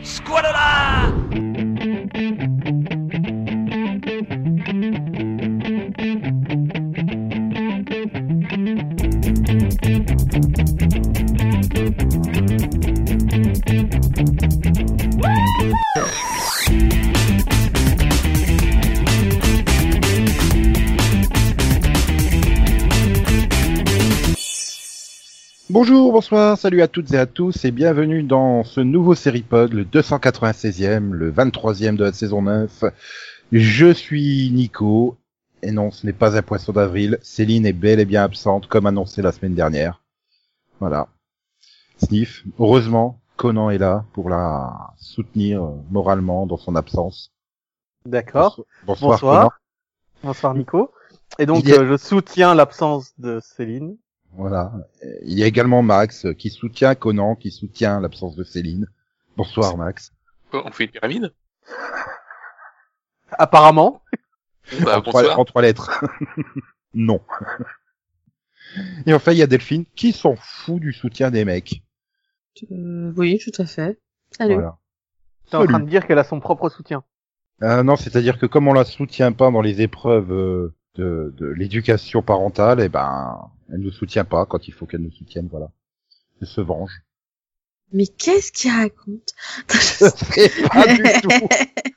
Squalala! Bonjour, bonsoir, salut à toutes et à tous et bienvenue dans ce nouveau Séripod, le 296e, le 23e de la saison 9. Je suis Nico, et non, ce n'est pas un poisson d'avril, Céline est bel et bien absente comme annoncé la semaine dernière. Voilà. Sniff, heureusement, Conan est là pour la soutenir moralement dans son absence. D'accord. Bonsoir. Conan. Bonsoir Nico. Et donc je soutiens l'absence de Céline. Voilà. Il y a également Max qui soutient Conan, qui soutient l'absence de Céline. Bonsoir Max. On fait une pyramide? Apparemment. Bah, en trois lettres. Non. Et enfin, il y a Delphine qui s'en fout du soutien des mecs. Oui, tout à fait. Salut. Voilà. T'es en train de dire qu'elle a son propre soutien. Non, c'est-à-dire que comme on la soutient pas dans les épreuves de l'éducation parentale, eh ben, elle nous soutient pas quand il faut qu'elle nous soutienne, voilà. Elle se venge. Mais qu'est-ce qu'il raconte? Je sais pas du tout.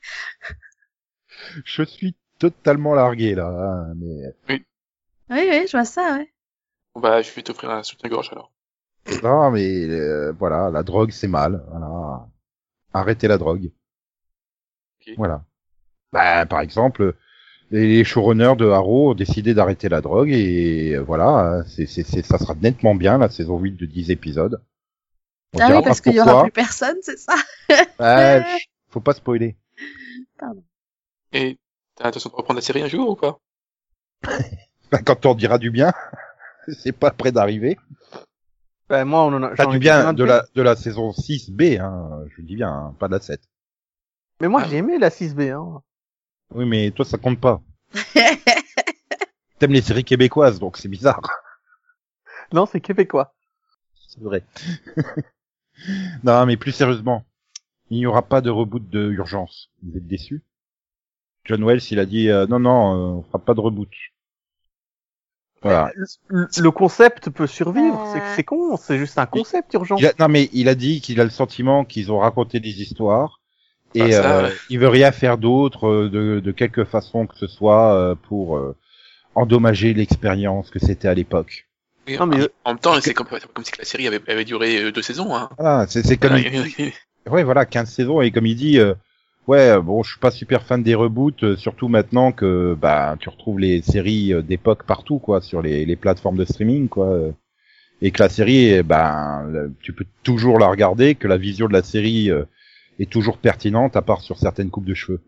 Je suis totalement largué, là, hein, mais... Oui, je vois ça, ouais. Bah, je vais t'offrir un soutien-gorge, alors. Non, mais, voilà, la drogue, c'est mal, voilà. Arrêtez la drogue. Okay. Voilà. Bah, par exemple, les showrunners de Arrow ont décidé d'arrêter la drogue et voilà, ça sera nettement bien la saison 8 de 10 épisodes. Ah oui, parce qu'il y aura plus personne, c'est ça? Ouais, faut pas spoiler. Pardon. Et t'as l'intention de reprendre la série un jour ou pas? Bah, quand on dira du bien, c'est pas près d'arriver. Bah, moi, on en a, Pas du bien de la saison 6B, hein, je dis bien, hein, pas de la 7. Mais moi, j'ai aimé la 6B, hein. Oui, mais toi, ça compte pas. T'aimes les séries québécoises, donc c'est bizarre. Non, c'est québécois. C'est vrai. Non, mais plus sérieusement, il n'y aura pas de reboot de Urgence. Vous êtes déçus? John Wells, il a dit non, on fera pas de reboot. Voilà. Le concept peut survivre. C'est con, c'est juste un concept Urgence. Non, mais il a dit qu'il a le sentiment qu'ils ont raconté des histoires. Et ouais. il veut rien faire d'autre de quelque façon que ce soit pour endommager l'expérience que c'était à l'époque. Oui, non, mais en même temps, c'est comme si que la série avait duré 2 saisons, hein. Voilà, c'est comme ouais, voilà, 15 saisons et comme il dit ouais, bon, je suis pas super fan des reboots, surtout maintenant que bah tu retrouves les séries d'époque partout quoi, sur les plateformes de streaming quoi. Et que la série tu peux toujours la regarder, que la vision de la série est toujours pertinente, à part sur certaines coupes de cheveux.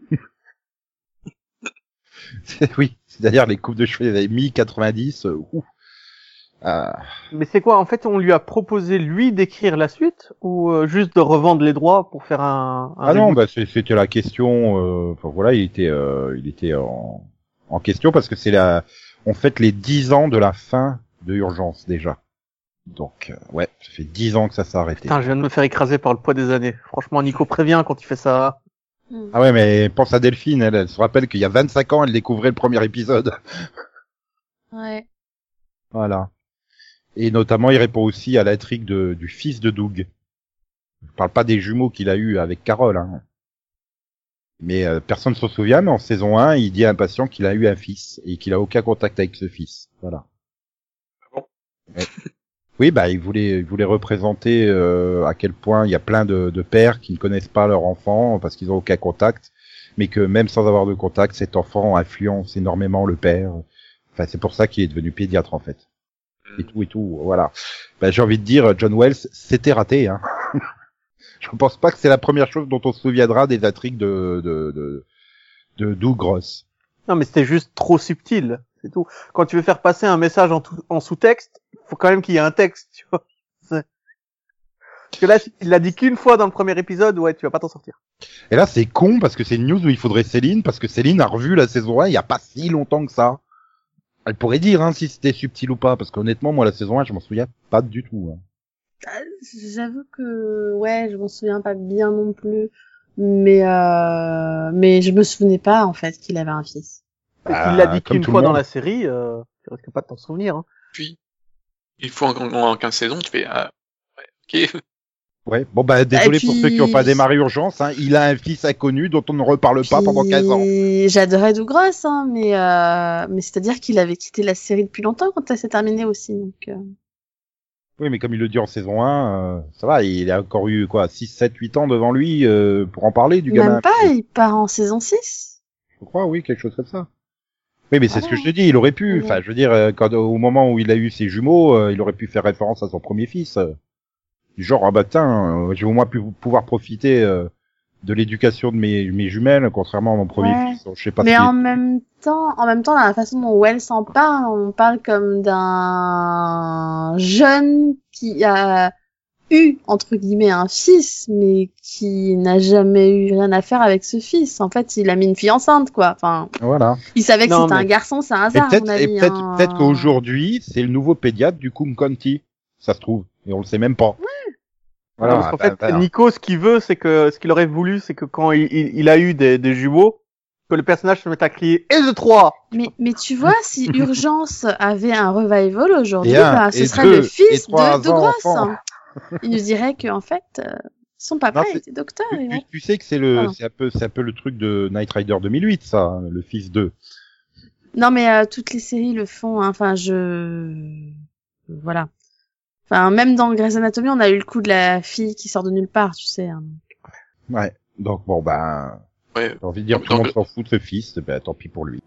Oui, c'est-à-dire les coupes de cheveux des années mi-90, Mais c'est quoi? En fait, on lui a proposé, lui, d'écrire la suite, ou juste de revendre les droits pour faire un non, bah c'était la question, enfin voilà, il était en question parce que on fête les 10 ans de la fin de Urgence, déjà. Donc, ouais, ça fait 10 ans que ça s'est arrêté. Putain, je viens de me faire écraser par le poids des années. Franchement, Nico prévient quand il fait ça. Ah ouais, mais pense à Delphine, elle se rappelle qu'il y a 25 ans, elle découvrait le premier épisode. Ouais. Voilà. Et notamment, il répond aussi à l'intrigue du fils de Doug. Je parle pas des jumeaux qu'il a eu avec Carole, hein. Mais personne ne s'en souvient, mais en saison 1, il dit à un patient qu'il a eu un fils et qu'il a aucun contact avec ce fils. Voilà. Bon. Ouais. Oui, bah il voulait représenter à quel point il y a plein de pères qui ne connaissent pas leur enfant parce qu'ils ont aucun contact, mais que même sans avoir de contact, cet enfant influence énormément le père. Enfin, c'est pour ça qu'il est devenu pédiatre en fait. Et tout, voilà. Bah, j'ai envie de dire, John Wells, c'était raté, hein. Je pense pas que c'est la première chose dont on se souviendra des intrigues de Doug Ross. Non, mais c'était juste trop subtil, c'est tout. Quand tu veux faire passer un message en sous-texte, faut quand même qu'il y ait un texte, tu vois. Parce que là, il l'a dit qu'une fois dans le premier épisode, ouais, tu vas pas t'en sortir. Et là, c'est con parce que c'est une news où il faudrait Céline, parce que Céline a revu la saison 1 il y a pas si longtemps que ça. Elle pourrait dire, hein, si c'était subtil ou pas, parce qu'honnêtement, moi, la saison 1, je m'en souviens pas du tout, hein. J'avoue que, ouais, je m'en souviens pas bien non plus. Mais je me souvenais pas, en fait, qu'il avait un fils. Et qu'il l'a dit comme qu'une tout fois le dans monde. la série, tu risques pas de t'en souvenir, hein. Puis, une fois en 15 saisons, tu fais, ouais, ok. Ouais. Bon bah désolé Et puis- pour ceux qui n'ont pas démarré Urgence. Hein. Il a un fils inconnu dont on ne reparle pas pendant 15 ans. J'adorais Douglas, hein, mais c'est-à-dire qu'il avait quitté la série depuis longtemps quand ça s'est terminé aussi, donc. Oui, mais comme il le dit en saison 1, ça va, il a encore eu quoi, 6, 7, 8 ans devant lui pour en parler du gamin. Même pas, il part en saison 6. Je crois, oui, quelque chose comme ça. Oui, mais c'est Voilà. ce que je te dis, il aurait pu. Ouais. Enfin, je veux dire, au moment où il a eu ses jumeaux, il aurait pu faire référence à son premier fils. Du genre, ah bah tiens, je vais au moins pouvoir profiter de l'éducation de mes jumelles, contrairement à mon premier Ouais. fils. Je sais pas Mais si... en même temps, dans la façon dont Wells s'en parle, on parle comme d'un jeune qui a eu, entre guillemets, un fils, mais qui n'a jamais eu rien à faire avec ce fils. En fait, il a mis une fille enceinte, quoi. Enfin, Voilà. il savait que Non, c'était mais- un garçon, c'est un Et hasard, à mon peut-être, avis. hein. peut-être qu'aujourd'hui, c'est le nouveau pédiatre du Coombe County. Ça se trouve. Et on le sait même pas. Voilà. Parce qu'en bah, fait, voilà. Nico, ce qu'il veut, c'est que, ce qu'il aurait voulu, c'est que quand il a eu des jumeaux, que le personnage se mette à crier « Et the 3 !» Mais tu vois, si Urgence avait un revival aujourd'hui, Et un, bah, ce et serait deux, le fils et trois de Grosse. enfants. Il nous dirait que, en fait, son papa Non, c'est- était docteur. Tu, et tu- ouais. tu sais que c'est un peu le truc de Knight Rider 2008, ça, hein, le fils d'eux. Non, mais toutes les séries le font. Hein. Enfin, voilà. Enfin, même dans Grey's Anatomy, on a eu le coup de la fille qui sort de nulle part, tu sais. Hein. Ouais. Donc bon, ben, Ouais. j'ai envie de dire, tout le monde s'en fout de ce fils, ben tant pis pour lui.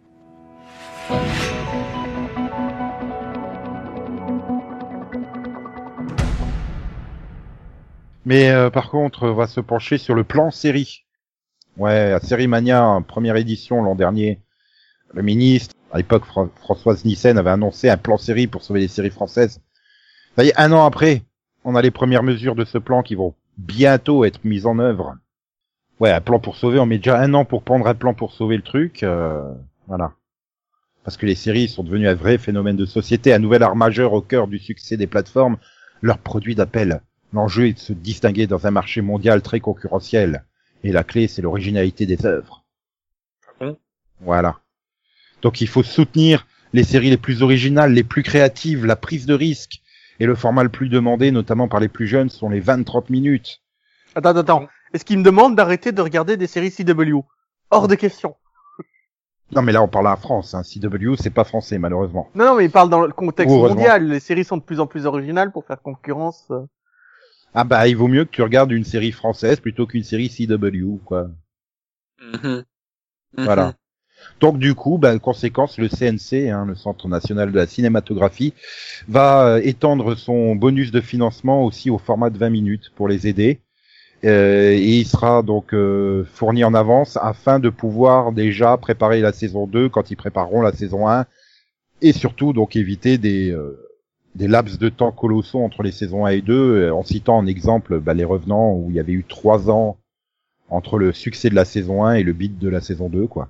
Mais par contre, on va se pencher sur le plan série. Ouais, à Série Mania, première édition l'an dernier, le ministre, à l'époque Françoise Nyssen, avait annoncé un plan série pour sauver les séries françaises. Ça y est, 1 an après, on a les premières mesures de ce plan qui vont bientôt être mises en œuvre. Ouais, un plan pour sauver, on met déjà 1 an pour prendre un plan pour sauver le truc, voilà. Parce que les séries sont devenues un vrai phénomène de société, un nouvel art majeur au cœur du succès des plateformes, leurs produits d'appel. L'enjeu est de se distinguer dans un marché mondial très concurrentiel. Et la clé, c'est l'originalité des œuvres. Voilà. Donc il faut soutenir les séries les plus originales, les plus créatives, la prise de risque. Et le format le plus demandé, notamment par les plus jeunes, sont les 20-30 minutes. Attends. Est-ce qu'il me demande d'arrêter de regarder des séries CW? Hors de question. Non mais là on parle en France, hein. CW c'est pas français malheureusement. Non, mais il parle dans le contexte Heureusement. mondial. Les séries sont de plus en plus originales pour faire concurrence. Ah bah il vaut mieux que tu regardes une série française plutôt qu'une série CW, quoi. Mhm. Mhm. Voilà. Donc du coup, conséquence, le CNC, hein, le Centre National de la Cinématographie, va étendre son bonus de financement aussi au format de 20 minutes pour les aider. Et il sera donc fourni en avance afin de pouvoir déjà préparer la saison 2 quand ils prépareront la saison 1 et surtout donc éviter des laps de temps colossaux entre les saisons 1 et 2 en citant en exemple les Revenants où il y avait eu 3 ans entre le succès de la saison 1 et le bid de la saison 2 quoi.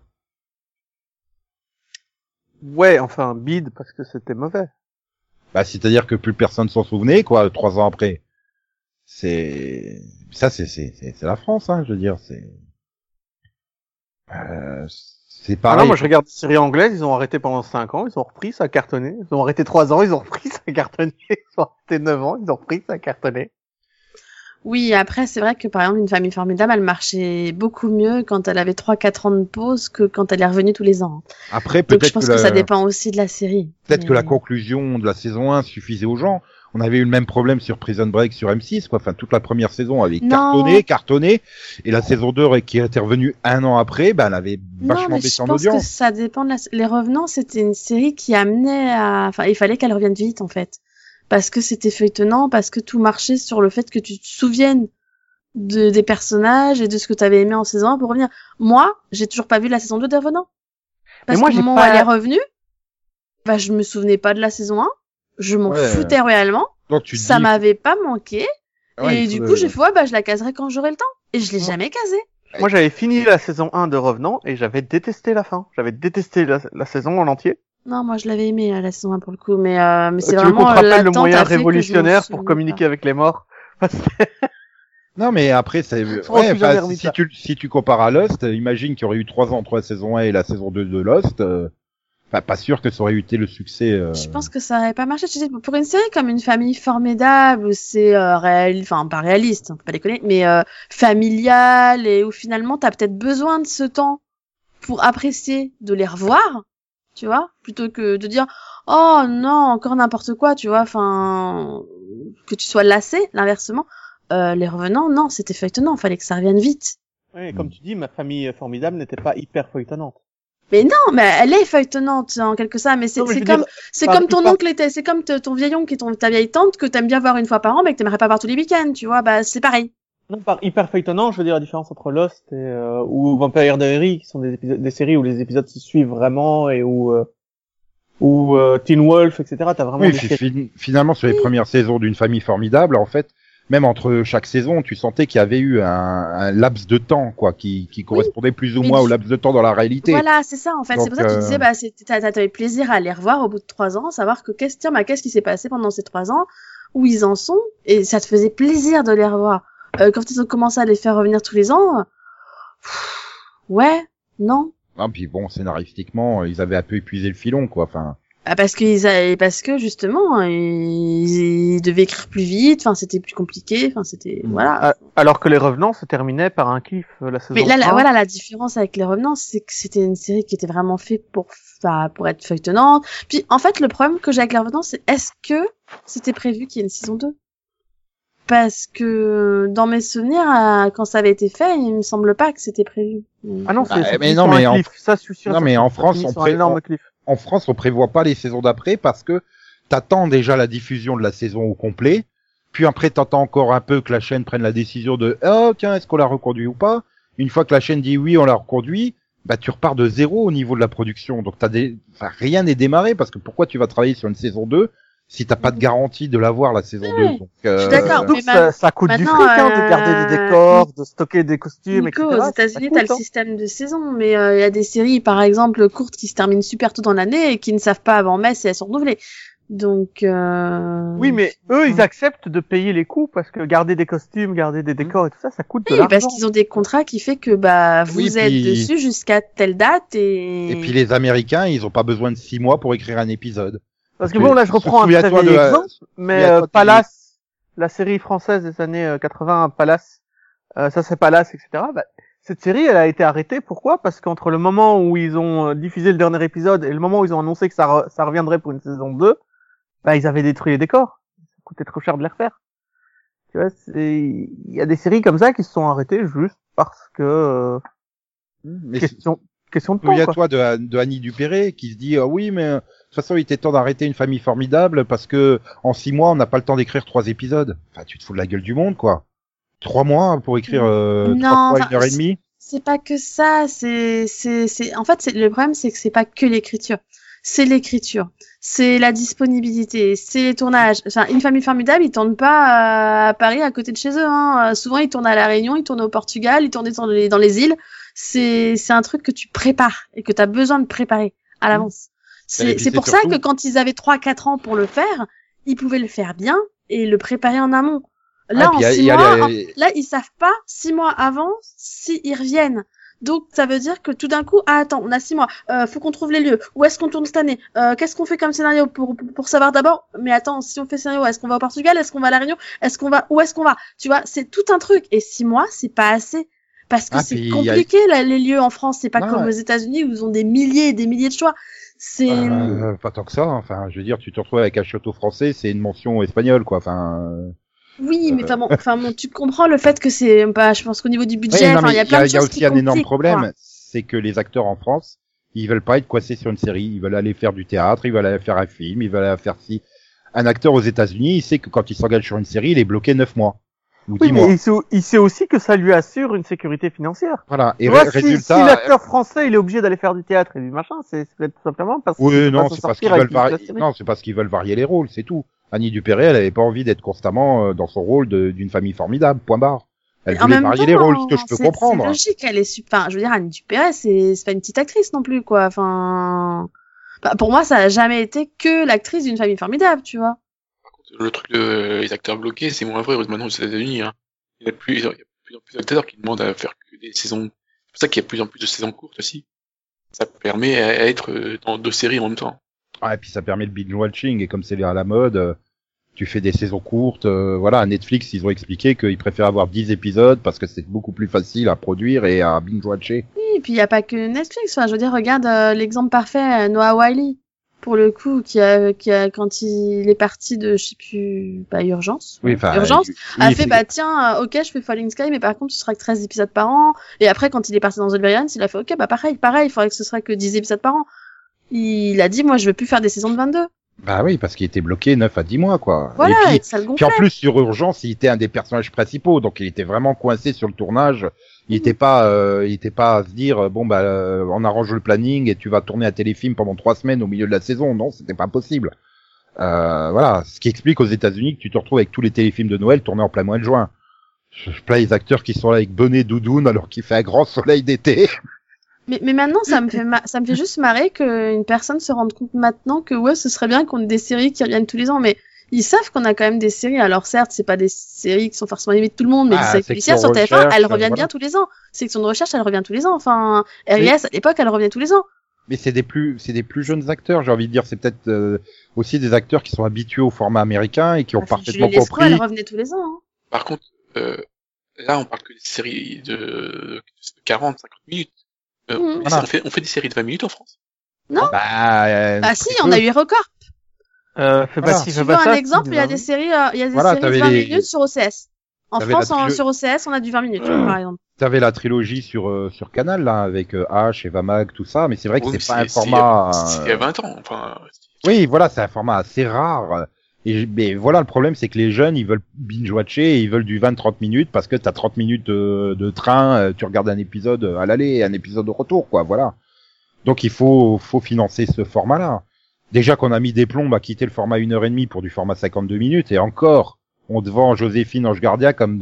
Ouais, enfin, bide parce que c'était mauvais. C'est-à-dire que plus personne s'en souvenait quoi 3 ans après. C'est la France hein, je veux dire, c'est Ah pareil. non, moi je regarde des séries anglaises, ils ont arrêté pendant 5 ans, ils ont repris, ça a cartonné. Ils ont arrêté 3 ans, ils ont repris, ça a cartonné. Ils ont arrêté 9 ans, ils ont repris, ça a cartonné. Oui, après, c'est vrai que par exemple, Une famille formidable, elle marchait beaucoup mieux quand elle avait 3-4 ans de pause que quand elle est revenue tous les ans. Après Donc peut-être je pense que ça dépend aussi de la série. Peut-être Mais- que la conclusion de la saison 1 suffisait aux gens. On avait eu le même problème sur Prison Break sur M6, quoi. Enfin, toute la première saison avait Non. cartonné. Et la saison 2 qui est intervenue 1 an après, elle avait Non, vachement mais baissé je en pense que audience. ça dépend de Les Revenants, c'était une série qui amenait à... Enfin, il fallait qu'elle revienne vite, en fait. Parce que c'était feuilletonnant, parce que tout marchait sur le fait que tu te souviennes des personnages et de ce que tu avais aimé en saison 1 pour revenir. Moi, j'ai toujours pas vu la saison 2 des Revenants. Parce moi, qu'au j'ai moment pas- où elle est revenue, je me souvenais pas de la saison 1. Je m'en Ouais. foutais royalement. Donc tu te Ça dis, m'avait pas manqué. ouais, et il du faut coup, le- j'ai fait, je la caserai quand j'aurai le temps. Et je l'ai jamais casée. Moi j'avais fini la saison 1 de Revenant et j'avais détesté la fin. J'avais détesté la saison en entier. Non, moi je l'avais aimé la saison 1 pour le coup, mais c'est Tu veux qu'on vraiment te rappelle le l'attente moyen a fait que je me révolutionnaire pour souvenais communiquer pas. avec les morts? Parce que Non, mais après, c'est, je ouais, suis jamais enfin, remis si ça. si tu compares à Lost, imagine qu'il y aurait eu 3 ans entre la saison 1 et la saison 2 de Lost, enfin, pas sûr que ça aurait été le succès, Je pense que ça aurait pas marché. Tu sais, pour une série comme Une famille formidable, où c'est enfin pas réaliste, hein, faut pas déconner, mais familial et où finalement t'as peut-être besoin de ce temps pour apprécier de les revoir, tu vois, plutôt que de dire oh non encore n'importe quoi, tu vois, enfin que tu sois lassé, l'inversement. Les revenants, non, c'était feuilletonnant, fallait que ça revienne vite. Oui, et comme tu dis, ma famille formidable n'était pas hyper feuilletonnante. Mais non, mais elle est feuilletonnante en quelque sorte, mais Non, mais je c'est veux comme dire, c'est par- comme ton par- oncle était, c'est comme ton vieil oncle et ta vieille tante que t'aimes bien voir une fois par an, mais que t'aimerais pas voir tous les week-ends, tu vois, bah c'est pareil. Non, par hyper feuilletonnant, je veux dire la différence entre Lost et ou Vampire Diaries, qui sont des séries où les épisodes se suivent vraiment et où Teen Wolf, etc. T'as vraiment oui, des séries. finalement, sur les premières saisons d'une famille formidable, en fait, même entre chaque saison, tu sentais qu'il y avait eu un laps de temps, quoi, qui correspondait plus ou Mais moins au laps de temps dans la réalité. voilà, c'est ça en fait. C'est Donc, pour ça que tu disais, bah, t'avais plaisir à les revoir au bout de 3 ans, savoir que qu'est-ce qui s'est passé pendant ces 3 ans, où ils en sont, et ça te faisait plaisir de les revoir. Quand ils ont commencé à les faire revenir tous les ans, ouais, non. Ah, puis bon, scénaristiquement, ils avaient un peu épuisé le filon, quoi. Enfin, Ah, parce que justement, ils devaient écrire plus vite, enfin c'était plus compliqué, enfin c'était voilà. Ah, alors que Les Revenants se terminait par un kiff la saison Mais là, 1. voilà, la différence avec Les Revenants, c'est que c'était une série qui était vraiment faite pour être feuilletonnante. Puis, en fait, le problème que j'ai avec Les Revenants, c'est est-ce que c'était prévu qu'il y ait une saison 2? Parce que, dans mes souvenirs, quand ça avait été fait, il me semble pas que c'était prévu. Ah non, Ah, c'est mais fini non, sur mais un en- cliff. Ça, je suis sûr. non, ça mais en ça France, finit on sur un énorme cliff. en France, on prévoit pas les saisons d'après parce que t'attends déjà la diffusion de la saison au complet. Puis après, t'attends encore un peu que la chaîne prenne la décision de oh tiens, est-ce qu'on la reconduit ou pas. Une fois que la chaîne dit oui, on la reconduit, bah tu repars de zéro au niveau de la production. Donc rien n'est démarré parce que pourquoi tu vas travailler sur une saison 2 si t'as pas de garantie de l'avoir la saison 2. Donc, Je suis d'accord, Surtout mais que ça coûte du maintenant, fric, de garder des décors, de stocker des costumes, Nico, etc. aux États-Unis, Ça t'as le coûte, système de saison, mais il y a des séries, par exemple, courtes qui se terminent super tôt dans l'année et qui ne savent pas avant mai si elles sont renouvelées. Donc, Oui, mais eux, ils acceptent de payer les coûts parce que garder des costumes, garder des décors et tout ça, ça coûte de oui, l'argent. parce qu'ils ont des contrats qui fait que bah vous Oui, êtes puis- dessus jusqu'à telle date et puis les Américains, ils ont pas besoin de 6 mois pour écrire un épisode. Parce que bon, là, je reprends un très Souviens-toi vieil de- exemple, mais souviens-toi de- Palace, la série française des années 80, Palace, ça c'est Palace, etc. Bah, cette série, elle a été arrêtée. Pourquoi? Parce qu'entre le moment où ils ont diffusé le dernier épisode et le moment où ils ont annoncé que ça reviendrait pour une saison 2, bah, ils avaient détruit les décors. Ça coûtait trop cher de les refaire. Tu vois, il y a des séries comme ça qui se sont arrêtées juste parce que Mais question de temps, quoi. souviens-toi de Annie Dupéré qui se dit ah oui mais de toute façon il était temps d'arrêter Une famille formidable parce que en 6 mois on n'a pas le temps d'écrire 3 épisodes. Enfin tu te fous de la gueule du monde quoi. 3 mois pour écrire 3 Non, fois enfin, 1h30. c'est pas que ça, en fait le problème c'est que c'est pas que l'écriture. C'est l'écriture, c'est la disponibilité, c'est les tournages. Enfin, Une famille formidable, ils tournent pas à Paris à côté de chez eux. Hein. Souvent, ils tournent à La Réunion, ils tournent au Portugal, ils tournent dans les îles. C'est un truc que tu prépares et que tu as besoin de préparer à l'avance. Et puis C'est pour ça surtout- que quand ils avaient 3-4 ans pour le faire, ils pouvaient le faire bien et le préparer en amont. Là, Ah, en puis 6 il y a mois, les- là, ils savent pas 6 mois avant s'ils reviennent. Donc, ça veut dire que tout d'un coup, ah, attends, on a 6 mois, faut qu'on trouve les lieux. Où est-ce qu'on tourne cette année? Qu'est-ce qu'on fait comme scénario pour savoir d'abord? Mais attends, si on fait scénario, est-ce qu'on va au Portugal? Est-ce qu'on va à La Réunion? Où est-ce qu'on va? Tu vois, c'est tout un truc. Et 6 mois, c'est pas assez. Parce que Ah, c'est puis compliqué, là, les lieux en France. C'est pas Non, comme ouais. aux États-Unis où ils ont des milliers et des milliers de choix. C'est, Pas tant que ça. Enfin, je veux dire, tu te retrouves avec un château français, c'est une mention espagnole, quoi. Enfin. oui, mais enfin bon, tu comprends le fait que c'est, bah, je pense qu'au niveau du budget, Oui, non, enfin, mais il y a plein de il y a choses aussi qui un énorme compliquent, problème, quoi. c'est que les acteurs en France, ils veulent pas être coincés sur une série. Ils veulent aller faire du théâtre, ils veulent aller faire un film, ils veulent aller faire ci. Un acteur aux États-Unis, il sait que quand il s'engage sur une série, il est bloqué 9 mois ou 10 Oui, mois. mais il sait aussi que ça lui assure une sécurité financière. Voilà. Et Tu vois, résultat. si l'acteur français il est obligé d'aller faire du théâtre et du machin, c'est tout simplement parce qu'il Oui, peut non, pas s'en c'est parce qu'ils sortir avec veulent varier. toute la série. Non, c'est parce qu'ils veulent varier les rôles, c'est tout. Annie Dupéré, elle avait pas envie d'être constamment dans son rôle d'une famille formidable. Point barre. Elle En voulait même varier temps, les rôles, ce que je peux comprendre. C'est logique, elle est super, je veux dire, Annie Dupéré, c'est pas une petite actrice non plus, quoi, enfin, Bah, pour moi, ça a jamais été que l'actrice d'une famille formidable, tu vois. Le truc les acteurs bloqués, c'est moins vrai maintenant aux États-Unis. Hein. Il y a de plus en plus d'acteurs qui demandent à faire que des saisons. C'est pour ça qu'il y a de plus en plus de saisons courtes aussi. Ça permet à être dans 2 séries en même temps. Ah, et puis ça permet le binge-watching, et comme c'est à la mode, tu fais des saisons courtes. Voilà, à Netflix, ils ont expliqué qu'ils préfèrent avoir 10 épisodes parce que c'est beaucoup plus facile à produire et à binge-watcher. Oui, et puis il y a pas que Netflix. Enfin, je veux dire, regarde l'exemple parfait, Noah Wyle, pour le coup, qui a quand il est parti de, je sais plus, Urgence. Oui, enfin, Urgence, oui, a fait, c'est- tiens, ok, je fais Falling Sky, mais par contre, ce sera que 13 épisodes par an. Et après, quand il est parti dans The Variants, il a fait, ok, pareil, il faudrait que ce sera que 10 épisodes par an. Il a dit, moi, je veux plus faire des saisons de 22. Bah oui, parce qu'il était bloqué 9 à 10 mois, quoi. Voilà, Et et que ça le puis en gonflait. plus, sur Urgence, il était un des personnages principaux, donc il était vraiment coincé sur le tournage. Il était pas à se dire, bon, bah, on arrange le planning et tu vas tourner un téléfilm pendant 3 semaines au milieu de la saison. Non, c'était pas possible. Voilà. Ce qui explique aux États-Unis que tu te retrouves avec tous les téléfilms de Noël tournés en plein mois de juin. Je plains les acteurs qui sont là avec bonnet doudoune alors qu'il fait un grand soleil d'été. Mais maintenant, ça me fait juste marrer qu'une personne se rende compte maintenant que ouais, ce serait bien qu'on ait des séries qui reviennent tous les ans, mais ils savent qu'on a quand même des séries. Alors certes, c'est pas des séries qui sont forcément aimées de tout le monde, mais des séries policières sur TF1, Recherche, elles reviennent voilà. bien tous les ans. Section de recherche, elle revient tous les ans. Enfin, RIS, à l'époque, elle revenait tous les ans. Mais c'est des plus jeunes acteurs, j'ai envie de dire. C'est peut-être aussi des acteurs qui sont habitués au format américain et qui ont parfaitement Julie Lescaut, compris. elle revenait tous les ans. Hein. Par contre, là, on parle que des séries de 40, 50 minutes. Mhm. Voilà. On fait des séries de 20 minutes en France. Non. Bah, Si, on a eu Record. Fais Voilà. pas ci, Tu fais veux pas ça. un exemple, il y a des séries, Voilà, de t'avais 20 les- minutes sur OCS. En t'avais France, la sur OCS, on a du 20 minutes, par exemple. T'avais la trilogie sur Canal là avec H, Eva Mag, tout ça, mais c'est vrai que Oui, c'est pas un c'est format. il y a 20 ans. Enfin, Oui, voilà, c'est un format assez rare. Mais voilà, le problème, c'est que les jeunes, ils veulent binge-watcher et ils veulent du 20-30 minutes parce que t'as 30 minutes de train, tu regardes un épisode à l'aller et un épisode au retour, quoi, voilà. Donc il faut financer ce format-là. Déjà qu'on a mis des plombs à quitter le format 1h30 pour du format 52 minutes et encore, on te vend Joséphine Ange Gardien comme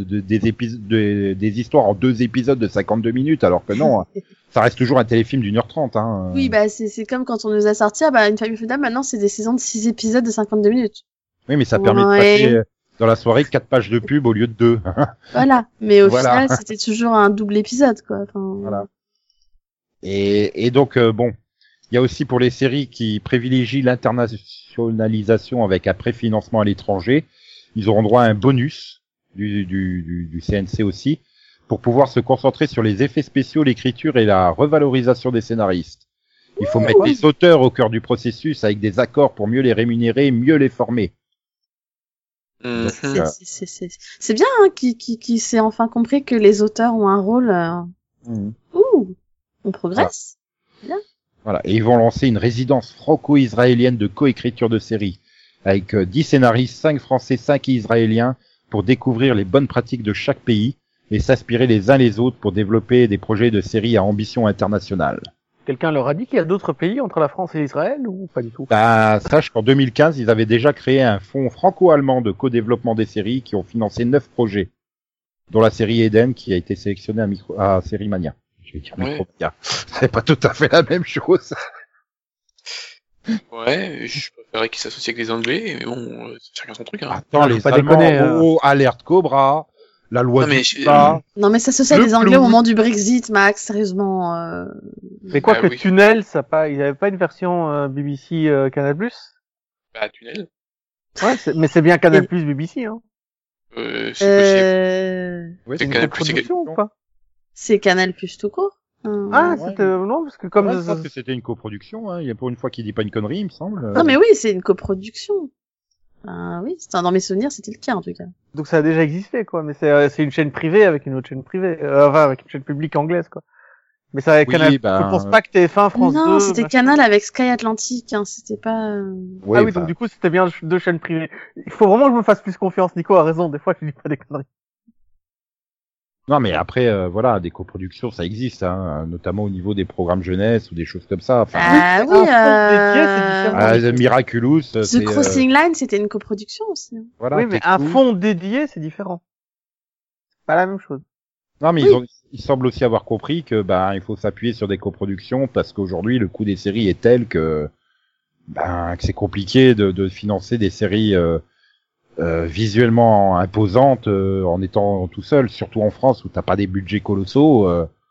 des histoires en 2 épisodes de 52 minutes alors que non, ça reste toujours un téléfilm d'1h30, hein. Oui, c'est comme quand on nous a sorti, Une famille formidable, maintenant c'est des saisons de 6 épisodes de 52 minutes. Oui, mais ça permet de passer dans la soirée 4 pages de pub au lieu de 2. Voilà. Mais au Voilà. final, c'était toujours un double épisode, quoi. Enfin, Voilà. Et donc, bon, il y a aussi pour les séries qui privilégient l'internationalisation avec un préfinancement à l'étranger, ils auront droit à un bonus du CNC aussi, pour pouvoir se concentrer sur les effets spéciaux, l'écriture et la revalorisation des scénaristes. Il faut mettre les auteurs au cœur du processus avec des accords pour mieux les rémunérer, mieux les former. Donc, c'est bien, hein, qui s'est enfin compris que les auteurs ont un rôle, Ouh, on progresse. Voilà. Et ils vont lancer une résidence franco-israélienne de coécriture de séries, avec 10 scénaristes, 5 français, 5 israéliens, pour découvrir les bonnes pratiques de chaque pays et s'inspirer les uns les autres pour développer des projets de séries à ambition internationale. Quelqu'un leur a dit qu'il y a d'autres pays entre la France et Israël ou pas du tout? Bah, sache qu'en 2015, ils avaient déjà créé un fonds franco-allemand de co-développement des séries qui ont financé 9 projets, dont la série Eden qui a été sélectionnée à Série Mania. Je vais dire Micromania. C'est pas tout à fait la même chose. Ouais, je préférerais qu'ils s'associent avec les Anglais, mais bon, chacun son truc. Hein. Attends, les pas Allemands, déconner, alerte Cobra, la loi Non, mais du pas. Non, mais ça se fait Le des Anglais au Blues. moment du Brexit, Max, sérieusement. Mais quoi Ah que oui. Tunnel, ils avaient pas une version BBC Canal+. Bah, Tunnel. Ouais, mais c'est bien Canal+ BBC, hein. C'est possible. Oui, C'est Une Canal+, coproduction ou pas? C'est Canal Plus tout court. Ah, ouais. c'était non parce que comme Ouais, je pense que c'était une coproduction, hein. Il y a pour une fois qu'il dit pas une connerie, il me semble. Non, mais oui, c'est une coproduction. Oui, dans mes souvenirs, c'était le cas, en tout cas. donc ça a déjà existé quoi, mais c'est une chaîne privée avec une autre chaîne privée, enfin avec une chaîne publique anglaise quoi. Mais ça Canal, je pense pas que TF1, France 2. Non, c'était Canal avec Sky Atlantique, hein, c'était pas... Oui, Ah oui, donc du coup c'était bien 2 chaînes privées. Il faut vraiment que je me fasse plus confiance, Nico a raison, des fois je dis pas des conneries. Non, mais après, voilà, des coproductions, ça existe, hein, notamment au niveau des programmes jeunesse ou des choses comme ça. Enfin, Ah oui, c'est différent. Miraculous, The Crossing Line, c'était une coproduction aussi. Hein. voilà. Oui, mais Take un Two. fonds dédié, c'est différent. C'est pas la même chose. Non, mais Oui. ils semblent aussi avoir compris que, il faut s'appuyer sur des coproductions parce qu'aujourd'hui, le coût des séries est tel que, que c'est compliqué de financer des séries visuellement imposantes en étant tout seul, surtout en France où t'as pas des budgets colossaux.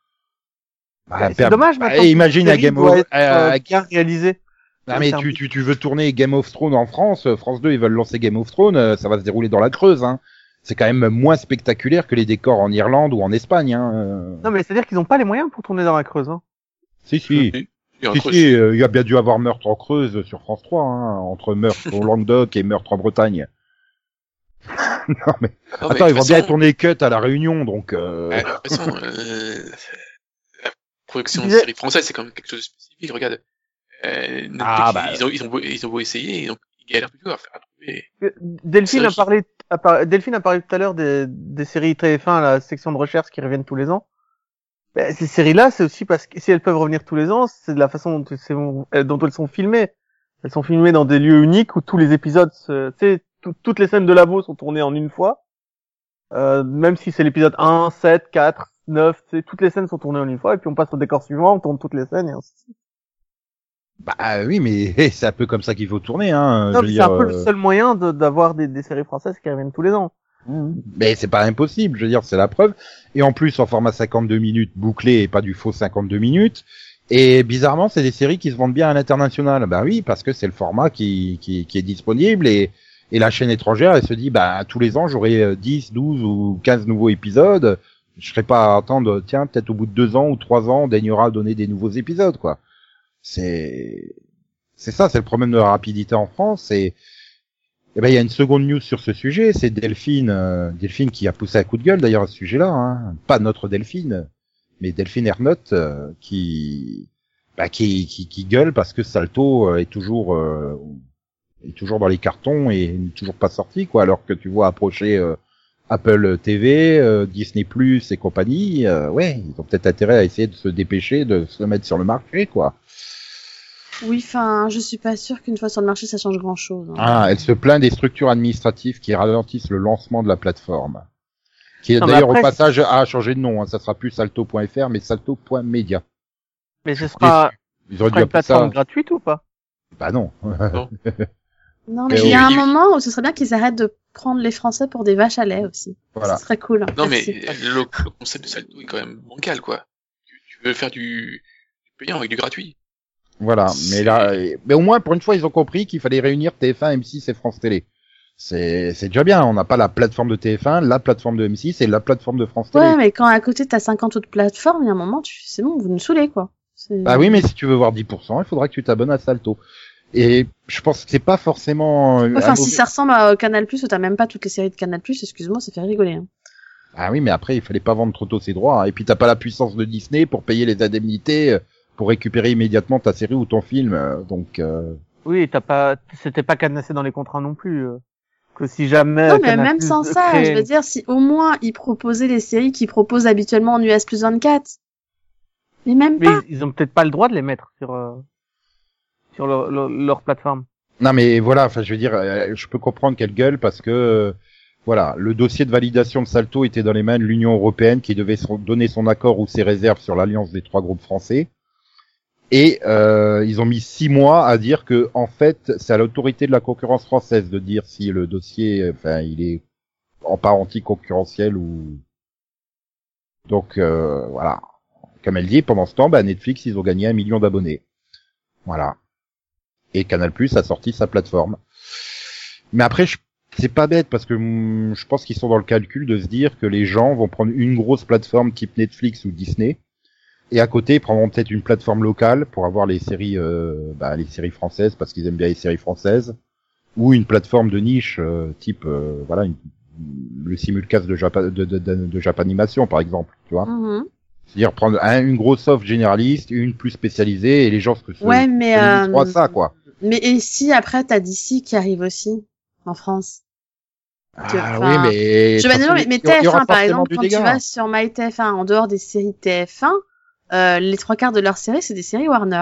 C'est dommage maintenant. Imagine que à la série Game doit of être, bien réalisée. mais tu veux tourner Game of Thrones en France, France 2 ils veulent lancer Game of Thrones, ça va se dérouler dans la Creuse, hein. C'est quand même moins spectaculaire que les décors en Irlande ou en Espagne, hein. Non, mais c'est-à-dire qu'ils ont pas les moyens pour tourner dans la Creuse, hein. Si, il y a bien dû avoir Meurtre en Creuse sur France 3, hein, entre Meurtre au Languedoc et Meurtre en Bretagne. Non, mais attends, ils vont bien tourner Cut à la Réunion, donc. De toute façon, la production de séries françaises, c'est quand même quelque chose de spécifique. Regarde, Netflix, ils ont beau essayer, donc ils galèrent toujours à faire trouver. Delphine a parlé tout à l'heure des séries TF1, la section de recherche qui reviennent tous les ans. Ben, ces séries-là, c'est aussi parce que si elles peuvent revenir tous les ans, c'est de la façon dont elles sont filmées. Elles sont filmées dans des lieux uniques où tous les épisodes, tu sais, toutes les scènes de labo sont tournées en une fois. Même si c'est l'épisode 1, 7, 4, 9, tu sais, toutes les scènes sont tournées en une fois, et puis on passe au décor suivant, on tourne toutes les scènes, et ainsi de suite. Bah oui, mais c'est un peu comme ça qu'il faut tourner, hein. Non, c'est un peu le seul moyen d'avoir des séries françaises qui reviennent tous les ans. Mais c'est pas impossible, je veux dire, c'est la preuve. Et en plus, en format 52 minutes bouclé et pas du faux 52 minutes. Et bizarrement, c'est des séries qui se vendent bien à l'international. Bah oui, parce que c'est le format qui est disponible et la chaîne étrangère, elle se dit, bah, tous les ans, j'aurai 10, 12 ou 15 nouveaux épisodes. Je serai pas à attendre, tiens, peut-être au bout de 2 ans ou 3 ans, on daignera donner des nouveaux épisodes, quoi. C'est ça, c'est le problème de la rapidité en France. Et ben, il y a une seconde news sur ce sujet, c'est Delphine qui a poussé un coup de gueule d'ailleurs à ce sujet-là, hein. Pas notre Delphine, mais Delphine Ernotte, qui gueule parce que Salto est toujours dans les cartons et n'est toujours pas sorti, quoi, alors que tu vois approcher Apple TV, Disney Plus et compagnie, ouais, ils ont peut-être intérêt à essayer de se dépêcher de se mettre sur le marché, quoi. Oui, enfin, je suis pas sûre qu'une fois sur le marché, ça change grand-chose. Hein. Ah, elle se plaint des structures administratives qui ralentissent le lancement de la plateforme. Qui est d'ailleurs au passage a changé de nom, hein. Ça sera plus salto.fr, mais salto.media. Mais ce sera ils auraient dû une plateforme gratuite ou pas? Bah non. Non, mais il y a un moment où ce serait bien qu'ils arrêtent de prendre les Français pour des vaches à lait aussi. Voilà. Ce serait cool. Non, mais le concept de Salto est quand même bancal, quoi. Tu veux faire du payant avec du gratuit. Voilà, mais au moins pour une fois ils ont compris qu'il fallait réunir TF1, M6 et France Télé. C'est déjà bien, on n'a pas la plateforme de TF1, la plateforme de M6 et la plateforme de France Télé. Ouais, mais quand à côté t'as 50 autres plateformes, il y a un moment c'est bon, vous nous saoulez, quoi. Bah oui, mais si tu veux voir 10%, il faudra que tu t'abonnes à Salto. Et je pense que c'est pas forcément... Enfin, si ça ressemble à Canal+, où t'as même pas toutes les séries de Canal+, excuse-moi, ça fait rigoler. Hein. Ah oui, mais après, il fallait pas vendre trop tôt ses droits. Hein. Et puis t'as pas la puissance de Disney pour payer les indemnités, pour récupérer immédiatement ta série ou ton film. Donc... Oui, c'était pas cadenassé dans les contrats non plus. Que si jamais... Non, mais même sans ça, je veux dire, si au moins ils proposaient les séries qu'ils proposent habituellement en US plus 24. Mais même pas. Mais ils ont peut-être pas le droit de les mettre sur leur plateforme. Non, mais voilà, enfin, je veux dire, je peux comprendre qu'elle gueule parce que, voilà, le dossier de validation de Salto était dans les mains de l'Union européenne qui devait donner son accord ou ses réserves sur l'alliance des 3 groupes français. Et ils ont mis 6 mois à dire que, en fait, c'est à l'autorité de la concurrence française de dire si le dossier, enfin, il est en part anti-concurrentiel ou... Donc, voilà. Comme elle dit, pendant ce temps, bah, Netflix, ils ont gagné 1 million d'abonnés. Voilà. Et Canal+ a sorti sa plateforme. Mais après, c'est pas bête parce que je pense qu'ils sont dans le calcul de se dire que les gens vont prendre une grosse plateforme type Netflix ou Disney et à côté ils prendront peut-être une plateforme locale pour avoir les séries françaises parce qu'ils aiment bien les séries françaises ou une plateforme de niche type voilà le simulcast de Japanimation par exemple, tu vois. Mm-hmm. C'est-à-dire prendre une grosse offre généraliste, une plus spécialisée et les gens ouais, mais à ça quoi. Mais et si après t'as DC qui arrive aussi en France. Oui, mais mais TF1 par exemple, quand tu vas sur MyTF1 en dehors des séries TF1, les 3/4 de leurs séries c'est des séries Warner.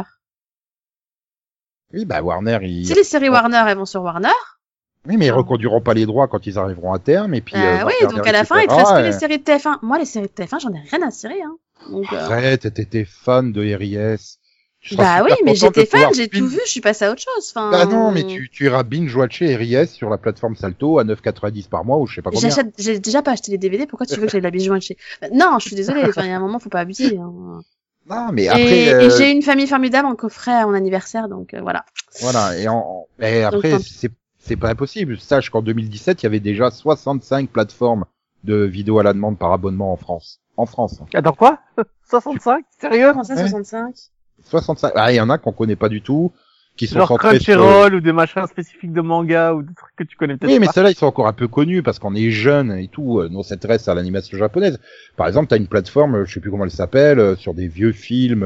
Oui, bah Warner Si les séries Warner elles vont sur Warner. Oui, mais ils reconduiront pas les droits quand ils arriveront à terme et puis. Oui, donc à la fin il te reste que les séries de TF1. Moi les séries de TF1 j'en ai rien à cirer hein. Donc, arrête, t'étais fan de RIS. Tu seras Bah oui, super mais contente de j'étais fan, pouvoir j'ai binge- tout vu, je suis passée à autre chose. Enfin, Bah non, mais tu iras binge-watcher RIS sur la plateforme Salto à 9,90 par mois ou je sais pas combien. j'ai déjà pas acheté les DVD, pourquoi tu veux que j'aille la bijou chez Non, je suis désolée, enfin, il y a un moment, faut pas abuser. Hein. Non, mais après, Et j'ai une famille formidable en coffret à mon anniversaire, donc voilà. voilà. Et après, Donc, c'est pas impossible. Sache qu'en 2017, il y avait déjà 65 plateformes de vidéos à la demande par abonnement en France. En France. Attends, quoi? 65? Sérieux? Comment ça, Ouais. 65? 65. Ah, il y en a qu'on connaît pas du tout, qui sont Genre centrés sur... Crunchyroll ou des machins spécifiques de manga ou des trucs que tu connais peut-être Oui, mais pas. ceux-là, ils sont encore un peu connus parce qu'on est jeunes et tout. Nous, on s'intéresse à l'animation japonaise. Par exemple, t'as une plateforme, je sais plus comment elle s'appelle, sur des vieux films,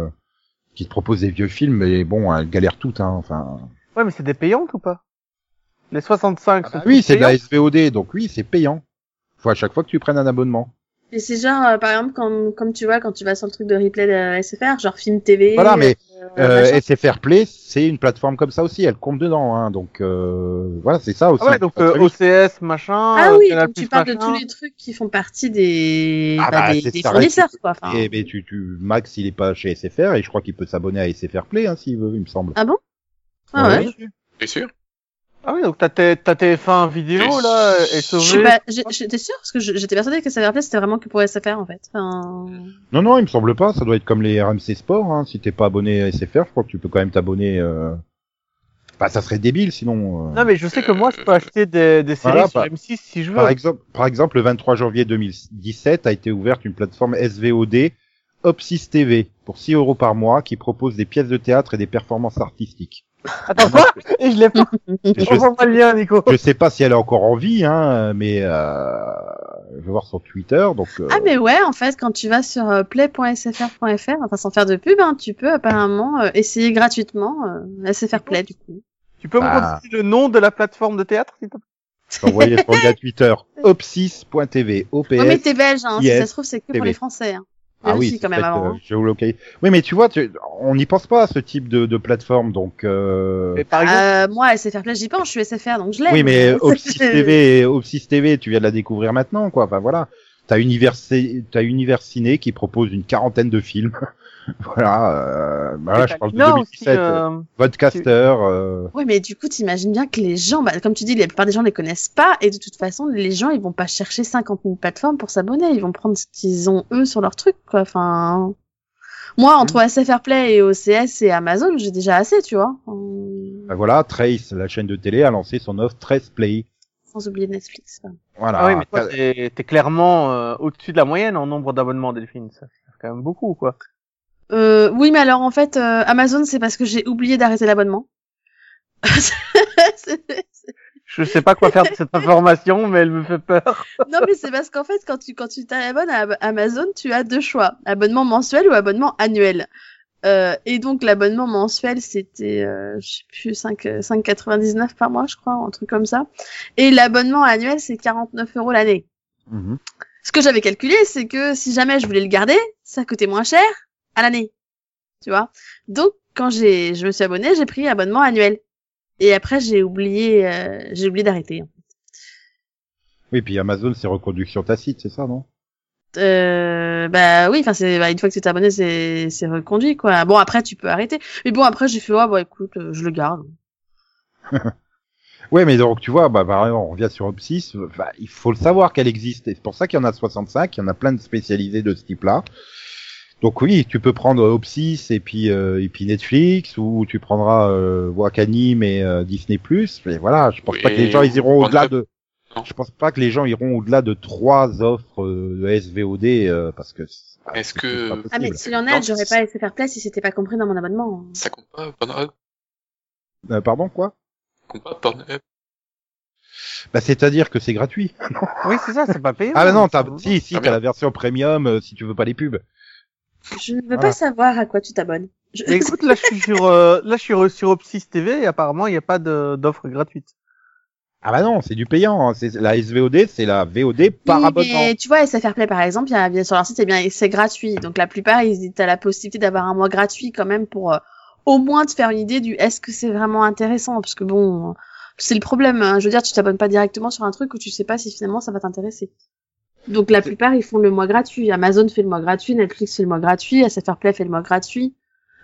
qui te propose des vieux films, mais bon, elles galèrent toutes, hein. Enfin. Ouais, mais c'est des payantes ou pas? Les 65 Ah sont bah oui, toutes c'est de la payantes. SVOD, donc oui, c'est payant. Faut à chaque fois que tu prennes un abonnement. Et c'est genre, par exemple, comme tu vois, quand tu vas sur le truc de replay de SFR, genre film TV. Voilà, mais machin. SFR Play, c'est une plateforme comme ça aussi, elle compte dedans, hein. Donc voilà, c'est ça aussi. Ah ouais, donc Très vite. OCS, machin, Ah oui, Canal+, donc tu parles de machin. tous les trucs qui font partie des, Ah bah, des ça fournisseurs, reste- quoi. Enfin. Et ben Max, il est pas chez SFR et je crois qu'il peut s'abonner à SFR Play, hein, s'il veut, il me semble. Ah bon? Ah ouais. T'es sûr? Ah oui, donc t'as TF1 vidéo, Oui. là, Je SOV. sais pas, j'étais sûre parce que j'étais persuadée que SFR Play c'était vraiment que pour SFR en fait. Enfin... Non, il me semble pas, ça doit être comme les RMC Sport, hein. Si t'es pas abonné à SFR, je crois que tu peux quand même t'abonner, Bah, ça serait débile, sinon, Non, mais je sais que moi, je peux acheter des séries Voilà, sur bah, M6 si je veux. par exemple, le 23 janvier 2017 a été ouverte une plateforme SVOD, Opsis TV, pour 6 € par mois, qui propose des pièces de théâtre et des performances artistiques. Attends, quoi? Et je l'ai pas. Je, Envoie-moi le lien, Nico. je sais pas si elle est encore en vie, hein, mais je vais voir sur Twitter, donc. Ah mais ouais, en fait, quand tu vas sur play.sfr.fr, enfin sans faire de pub, hein, tu peux apparemment essayer gratuitement SFR Play du coup. Tu peux me Bah. redonner le nom de la plateforme de théâtre, s'il te plaît? Je vais envoyer sur le lien Twitter, opsis.tv, OPS. Ouais, mais t'es belge, hein, si yes, ça se trouve c'est que pour TV. les Français. Hein. Ah oui, Vérifie c'est quand même peut-être, avant. Hein. géolocalisé. Oui, mais tu vois, on n'y pense pas à ce type de plateforme, donc. Mais par exemple, Moi, SFR Play, j'y pense, je suis SFR, donc je l'ai. Oui, mais Opsis TV, tu viens de la découvrir maintenant, quoi. Enfin voilà, t'as Univers Ciné qui propose une quarantaine de films. Voilà, je parle de non, 2017. aussi, Podcaster. Ouais, mais du coup, t'imagines bien que les gens, bah, comme tu dis, la plupart des gens les connaissent pas, et de toute façon, les gens, ils vont pas chercher 50 000 plateformes pour s'abonner, ils vont prendre ce qu'ils ont, eux, sur leur truc, quoi, enfin... Moi, entre SFR Play et OCS et Amazon, j'ai déjà assez, tu vois. Ben voilà, Trace, la chaîne de télé, a lancé son offre Trace Play. Sans oublier Netflix. Enfin. Voilà. Ah oui, mais toi, t'es clairement au-dessus de la moyenne en nombre d'abonnements, Delphine. Ça fait quand même beaucoup, quoi. Oui, mais alors, en fait, Amazon, c'est parce que j'ai oublié d'arrêter l'abonnement. Je sais pas quoi faire de cette information, mais elle me fait peur. Non, mais c'est parce qu'en fait, quand tu t'abonnes à Amazon, tu as deux choix. Abonnement mensuel ou abonnement annuel. Et donc, l'abonnement mensuel, c'était, je sais plus, 5,99 par mois, je crois, un truc comme ça. Et l'abonnement annuel, c'est 49 € l'année. Mhm. Ce que j'avais calculé, c'est que si jamais je voulais le garder, ça coûtait moins cher à l'année. Tu vois? Donc, quand je me suis abonnée, j'ai pris abonnement annuel. Et après, j'ai oublié d'arrêter. Oui, puis Amazon, c'est reconduction tacite, c'est ça, non? Bah oui, enfin une fois que tu t'es abonné, c'est reconduit quoi. Bon après tu peux arrêter. Mais bon après j'ai fait écoute, je le garde. Ouais, mais donc tu vois, par exemple, on revient sur Opsis, il faut le savoir qu'elle existe. Et c'est pour ça qu'il y en a 65, il y en a plein de spécialisés de ce type-là. Donc oui, tu peux prendre Opsis et puis Netflix, ou tu prendras Wakanim et Disney+. Mais voilà, je pense pas que les gens ils iront au-delà de. Non. Je pense pas que les gens iront au-delà de 3 offres de SVOD parce que. Est-ce c'est que- pas Ah possible. mais s'il y en a, Non, j'aurais pas SFR Play si c'était pas compris dans mon abonnement. Ça compte pas, Pornhub? Pardon, quoi? Ça compte pas, Pornhub? Bah c'est-à-dire que c'est gratuit. Oui, c'est ça, c'est pas payant. Ah bah non, Ça, si Ah, t'as bien. la version premium si tu veux pas les pubs. Je ne veux Voilà. pas savoir à quoi tu t'abonnes. Mais écoute, là, je suis sur Opsis TV et apparemment, il n'y a pas d'offre gratuite. Ah bah non, c'est du payant. Hein. C'est la SVOD, c'est la VOD par Oui, abonnement. mais tu vois, SFR Play par exemple, bien sur leur site, c'est gratuit. Donc la plupart, t'as la possibilité d'avoir un mois gratuit quand même pour au moins te faire une idée du est-ce que c'est vraiment intéressant. Parce que bon, c'est le problème. Hein. Je veux dire, tu t'abonnes pas directement sur un truc où tu sais pas si finalement ça va t'intéresser. Donc la plupart, ils font le mois gratuit. Amazon fait le mois gratuit, Netflix fait le mois gratuit, SFR Play fait le mois gratuit.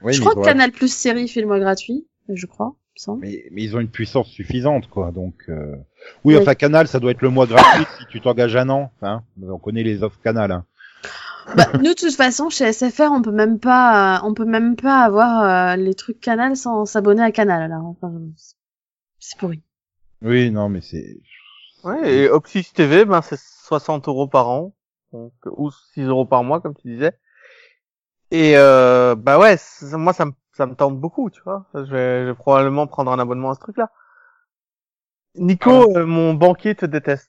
Oui, Je mais crois ils que ont- Canal Plus série fait le mois gratuit, je crois, il me semble. mais ils ont une puissance suffisante, quoi. Donc, oui, Oui. enfin, Canal, ça doit être le mois gratuit si tu t'engages un an. Hein. On connaît les offres Canal. Hein. Bah, nous, de toute façon, chez SFR, on peut même pas avoir les trucs Canal sans s'abonner à Canal. Alors, enfin, c'est pourri. Oui, non, mais c'est. Ouais, et Opsis TV, ben, c'est 60 € par an. Donc, ou 6 € par mois, comme tu disais. Et, bah ouais, moi, ça me tente beaucoup, tu vois. Je vais probablement prendre un abonnement à ce truc-là. Nico, mon banquier te déteste.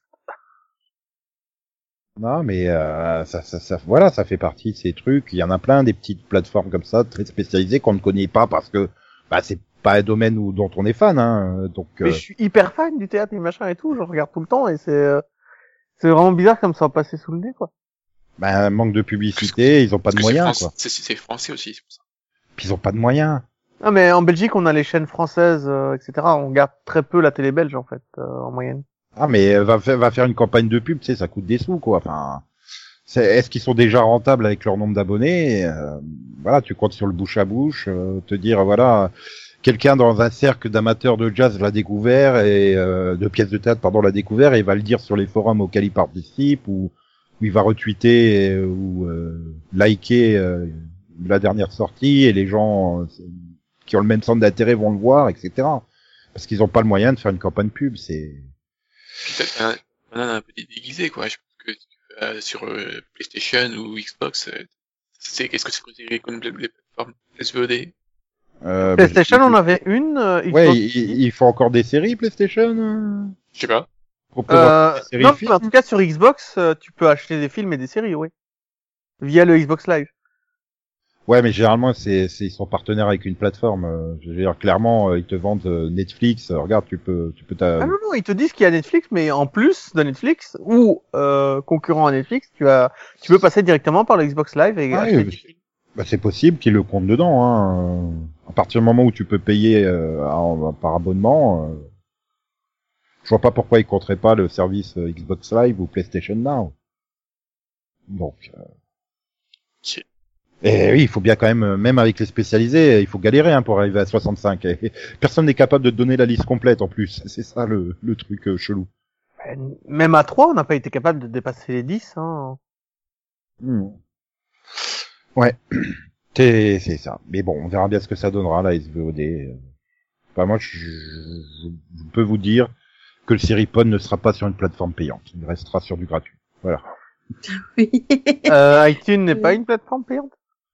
Non, mais voilà, ça fait partie de ces trucs. Il y en a plein des petites plateformes comme ça, très spécialisées qu'on ne connaît pas parce que bah c'est pas un domaine dont on est fan. Hein. Donc, Mais je suis hyper fan du théâtre et machin et tout. Je regarde tout le temps et c'est vraiment bizarre comme ça passer sous le nez, quoi. bah, manque de publicité, ils ont pas de Parce que moyens, quoi. c'est français aussi, c'est pour ça. Puis ils ont pas de moyens. Ah, mais en Belgique, on a les chaînes françaises, etc. On regarde très peu la télé belge, en fait, en moyenne. Ah, mais va faire une campagne de pub, tu sais, ça coûte des sous, quoi. Enfin, est-ce qu'ils sont déjà rentables avec leur nombre d'abonnés Voilà, tu comptes sur le bouche à bouche, te dire, voilà, quelqu'un dans un cercle d'amateurs de jazz l'a découvert et de pièces de théâtre, pardon, l'a découvert et il va le dire sur les forums auxquels il participe ou il va retweeter ou liker la dernière sortie et les gens qui ont le même centre d'intérêt vont le voir, etc. Parce qu'ils ont pas le moyen de faire une campagne pub, c'est. On a un petit déguisé, quoi. Je pense que sur PlayStation ou Xbox, qu'est-ce que c'est considéré comme les plateformes SVOD? PlayStation, on avait une, Xbox. Ouais, ils font encore des séries PlayStation Je sais pas. pour présenter des séries non, films. mais en tout cas, sur Xbox, tu peux acheter des films et des séries, oui. Via le Xbox Live. Ouais, mais généralement ils sont partenaires avec une plateforme. Je veux dire clairement, ils te vendent Netflix. Regarde, tu peux Ah non, ils te disent qu'il y a Netflix, mais en plus de Netflix, ou concurrent à Netflix, tu peux passer directement par le Xbox Live et acheter des films. bah, c'est possible qu'ils le comptent dedans. Hein. À partir du moment où tu peux payer par abonnement, je vois pas pourquoi ils compteraient pas le service Xbox Live ou PlayStation Now. Donc. Et oui, il faut bien quand même avec les spécialisés, il faut galérer hein, pour arriver à 65. Et personne n'est capable de te donner la liste complète en plus. C'est ça le truc chelou. Même à 3, on n'a pas été capable de dépasser les 10. Hein. Ouais, c'est ça. Mais bon, on verra bien ce que ça donnera la SVOD. Enfin, moi, je peux vous dire que le Seripod ne sera pas sur une plateforme payante. Il restera sur du gratuit. Voilà. Oui. iTunes n'est pas une plateforme payante.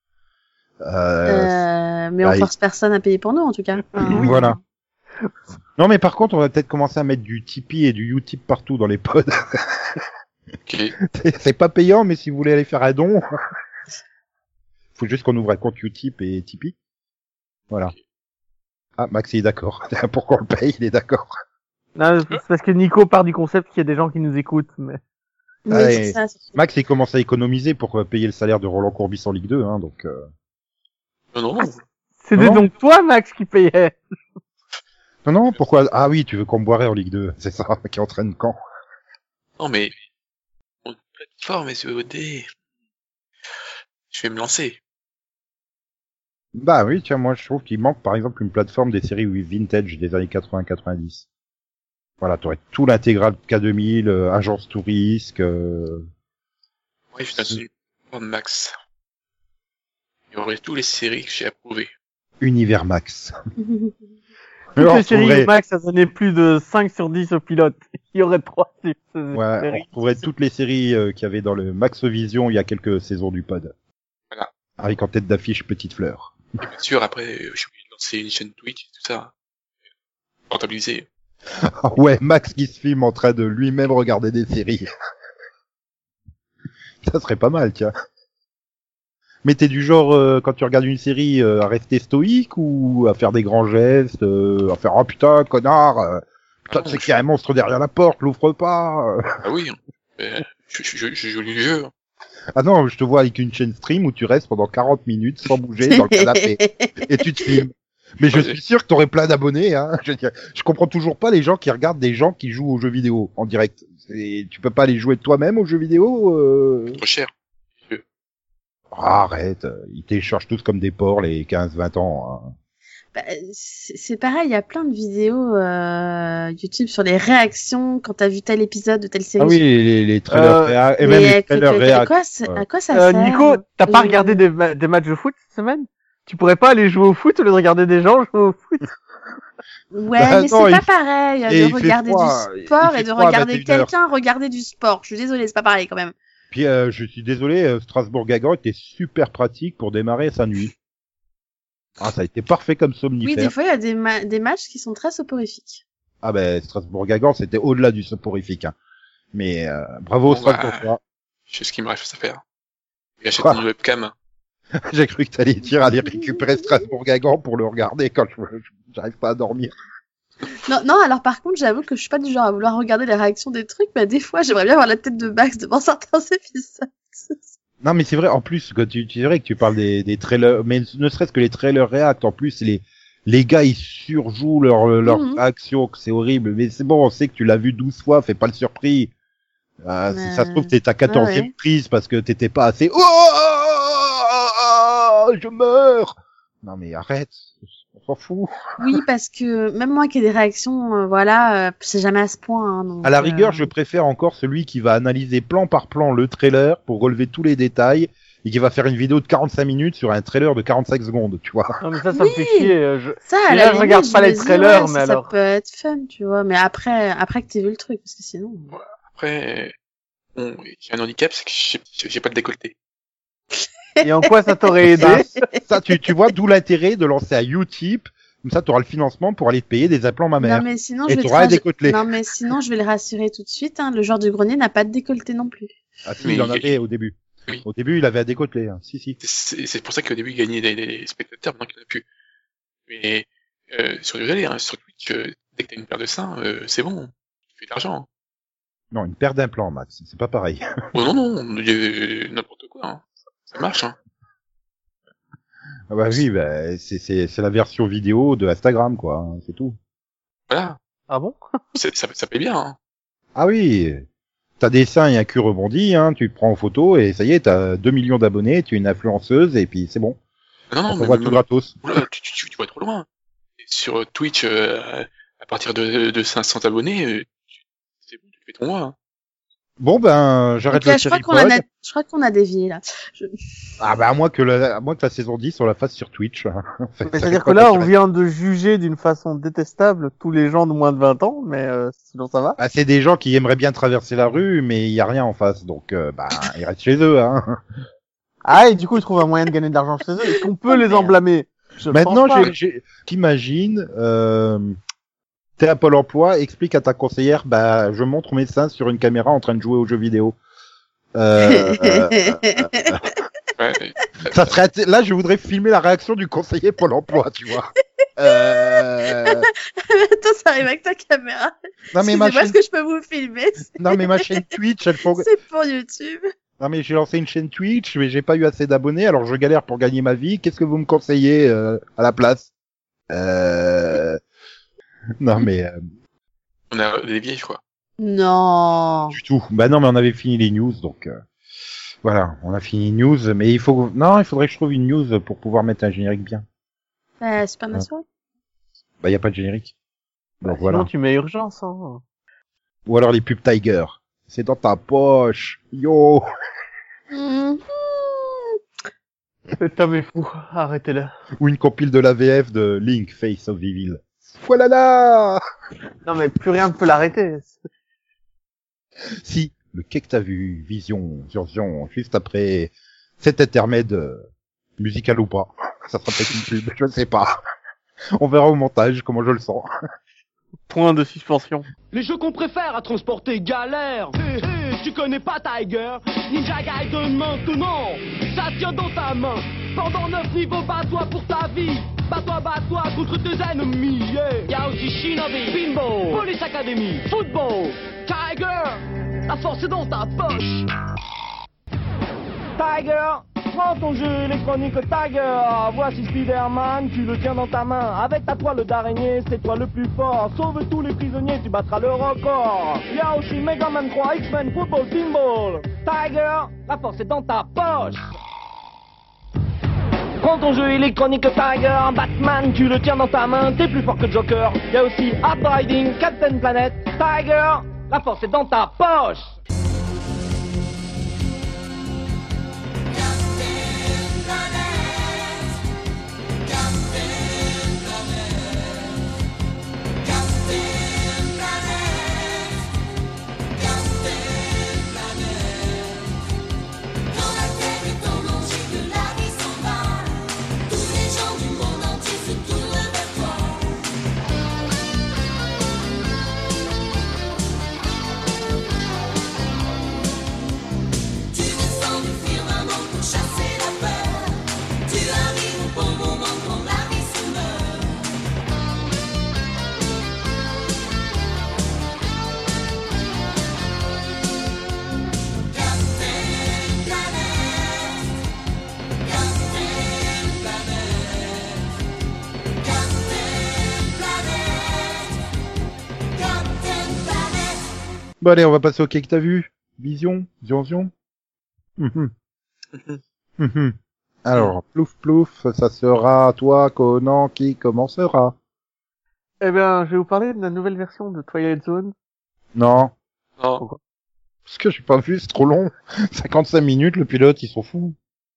Mais on force personne à payer pour nous, en tout cas. Oui. Voilà. Non, mais par contre, on va peut-être commencer à mettre du Tipeee et du Utip partout dans les pods. Okay. C'est pas payant, mais si vous voulez aller faire un don, faut juste qu'on ouvre un compte Utip et Tipeee. Voilà. Ah, Max il est d'accord. Pourquoi on le paye, il est d'accord. Non, c'est parce que Nico part du concept qu'il y a des gens qui nous écoutent. Mais... Oui, Ouais. c'est ça. Max il commence à économiser pour payer le salaire de Roland Courbis en Ligue 2, hein, donc. Non. C'était Non. donc toi, Max, qui payait. Non, pourquoi? Ah oui, tu veux qu'on boirait en Ligue 2, c'est ça, qui entraîne quand? Non, mais, une plateforme SVOD. Je vais me lancer. Bah oui, tiens, moi je trouve qu'il manque par exemple une plateforme des séries vintage des années 80-90. Voilà, t'aurais tout l'intégral K2000, Agence Tourisque. Ouais, je suis dans une plateforme Max. Il y aurait toutes les séries que j'ai approuvées. Univers Max. Toutes Alors, les séries retrouverait- où Max a donné plus de 5 sur 10 au pilote. Il y aurait 3 Ouais, on séries. retrouverait toutes les séries qu'il y avait dans le Max Vision il y a quelques saisons du pod. Voilà. Avec en tête d'affiche Petite Fleur. Et bien sûr, après, je suis obligé de lancer une chaîne Twitch et tout ça. Rentabiliser. Ah ouais, Max qui se filme en train de lui-même regarder des séries. Ça serait pas mal, tiens. Mais t'es du genre, quand tu regardes une série, à rester stoïque ou à faire des grands gestes, à faire « Oh putain, connard Toi, tu sais qu'il y a un monstre derrière la porte, l'ouvre pas !» Ah oui, je joue le jeu. Ah non, je te vois avec une chaîne stream où tu restes pendant 40 minutes sans bouger dans le canapé et tu te filmes. Mais je suis sûr que t'aurais plein d'abonnés, hein. Je veux dire, je comprends toujours pas les gens qui regardent des gens qui jouent aux jeux vidéo en direct. Tu peux pas les jouer toi-même aux jeux vidéo Trop cher. Arrête, ils téléchargent tous comme des porcs les 15-20 ans. Hein. Bah, c'est pareil, il y a plein de vidéos YouTube sur les réactions quand t'as vu tel épisode de telle série. Ah oui, les trailers et même les trailers réac. À quoi ça sert Nico, t'as pas regardé des matchs de foot cette semaine? Tu pourrais pas aller jouer au foot au lieu de regarder des gens jouer au foot? Ouais, Bah, mais non, c'est pas pareil de regarder froid, du sport et de froid à regarder 21h. quelqu'un regarder du sport. Je suis désolée, c'est pas pareil quand même. Puis je suis désolé, Strasbourg-Guingamp était super pratique pour démarrer sa nuit. Ah, ça a été parfait comme somnifère. Oui, des fois il y a des matchs qui sont très soporifiques. Ah ben Strasbourg-Guingamp, c'était au-delà du soporifique. Hein. Mais bravo Bon, Strasbourg. Je sais ce qu'il me reste à faire. Il achète Quoi une webcam. J'ai cru que t'allais dire aller récupérer Strasbourg-Guingamp pour le regarder quand j'arrive pas à dormir. Non, alors par contre, j'avoue que je suis pas du genre à vouloir regarder les réactions des trucs, mais des fois j'aimerais bien avoir la tête de Max devant certains épisodes. Non mais c'est vrai, en plus, quand tu dirais que tu parles des trailers, mais ne serait-ce que les trailers React, en plus, les gars, ils surjouent leur action, que c'est horrible. Mais c'est bon, on sait que tu l'as vu 12 fois, fais pas le surpris. Si ça se trouve, t'es ta 14e prise parce que t'étais pas assez, je meurs! Non mais arrête, on s'en fout. Oui, parce que même moi qui ai des réactions, c'est jamais à ce point. Hein, donc, À la rigueur, je préfère encore celui qui va analyser plan par plan le trailer pour relever tous les détails et qui va faire une vidéo de 45 minutes sur un trailer de 45 secondes, tu vois. Non mais ça me fait chier. Ça, à la je limite, regarde pas les trailers, mais ça alors. peut être fun, tu vois. Mais après que t'aies vu le truc, parce que sinon. Après, bon, j'ai un handicap, c'est que j'ai pas de décolleté. Et en quoi ça t'aurait aidé? Ça, tu vois, d'où l'intérêt de lancer à Utip. Comme ça, tu auras le financement pour aller te payer des implants mammaires. Non, mais sinon, et tu auras un décolleté. Non, mais sinon, je vais le rassurer tout de suite, hein. Le joueur du grenier n'a pas de décolleté non plus. Ah si, il en avait au début. Oui. Au début, il avait un décolleté, hein. Si. C'est pour ça qu'au début, il gagnait des spectateurs, maintenant qu'il n'y en a plus. Mais, sur du réel, hein, sur Twitch, dès que t'as une paire de seins, c'est bon. Tu fais de l'argent. Non, une paire d'implants, Max. C'est pas pareil. Oh non, n'importe quoi, hein. Ça marche, hein. Ah bah oui, bah, c'est la version vidéo de Instagram, quoi. Hein, c'est tout. Voilà. Ah bon? Ça paye bien, hein. Ah oui. T'as des seins et un cul rebondi, hein. Tu te prends en photo et ça y est, t'as 2 millions d'abonnés, tu es une influenceuse et puis c'est bon. Non, on voit tout gratos. Oula, tu vas trop loin. Et sur Twitch, à partir de 500 abonnés, c'est bon, tu fais ton mois, hein. Bon ben, j'arrête le je crois qu'on a dévié là. Ah bah à moins que la saison 10 on la fasse sur Twitch. Mais c'est-à-dire que là, on vient de juger d'une façon détestable tous les gens de moins de 20 ans, mais sinon ça va. Bah, c'est des gens qui aimeraient bien traverser la rue, mais il y a rien en face, donc ils restent chez eux. Hein. Ah, et du coup, ils trouvent un moyen de gagner de l'argent chez eux. Est-ce qu'on peut les emblâmer? Maintenant, t'imagines, t'es à Pôle emploi, explique à ta conseillère, je montre mes seins sur une caméra en train de jouer aux jeux vidéo. Ouais. Ça serait là, je voudrais filmer la réaction du conseiller Pôle emploi, tu vois. Attends, ça arrive avec ta caméra. Non mais est-ce que je peux vous filmer? Non mais ma chaîne Twitch, C'est pour YouTube. Non mais j'ai lancé une chaîne Twitch, mais j'ai pas eu assez d'abonnés, alors je galère pour gagner ma vie. Qu'est-ce que vous me conseillez à la place? Non mais On a dévié, je crois. Non. du tout. Bah non, mais on avait fini les news, donc voilà, on a fini les news. Mais il faudrait que je trouve une news pour pouvoir mettre un générique bien. Supernatural. Bah y a pas de générique. Donc Sinon, voilà. tu mets urgence, hein. Ou alors les pubs Tiger. C'est dans ta poche. Yo. Cet homme est fou. Arrêtez-le. Ou une compile de la VF de Link, Face of Evil. Voilà là. Non, mais plus rien ne peut l'arrêter. Si, le quai que t'as vu, Vision, juste après cet intermède, musical ou pas. Ça sera peut-être une pub, je ne sais pas. On verra au montage comment je le sens. Point de suspension. Les jeux qu'on préfère à transporter galère. Tu connais pas Tiger? Ninja Gaiden maintenant, ça tient dans ta main. Pendant 9 niveaux, bats-toi pour ta vie. Bats-toi contre tes ennemis. Yeah. Y'a aussi Shinobi, Pinball, Police Academy, Football. Tiger, la force est dans ta poche. Tiger, prends ton jeu électronique Tiger. Voici Spider-Man, tu le tiens dans ta main. Avec ta toile d'araignée, c'est toi le plus fort. Sauve tous les prisonniers, tu battras le record. Y'a aussi Mega Man 3, X-Men, Football, Pinball. Tiger, la force est dans ta poche. Dans ton jeu électronique Tiger, Batman, tu le tiens dans ta main, t'es plus fort que Joker. Y a aussi Hard Riding, Captain Planet, Tiger, la force est dans ta poche. Bon allez, on va passer au quai que t'as vu. Vision. Mhm. Mhm. Alors, plouf plouf, ça sera toi, Conan, qui commencera. Eh bien, je vais vous parler de la nouvelle version de Twilight Zone. Non, Non. parce que j'ai pas vu, c'est trop long. 55 minutes, le pilote, ils sont fous.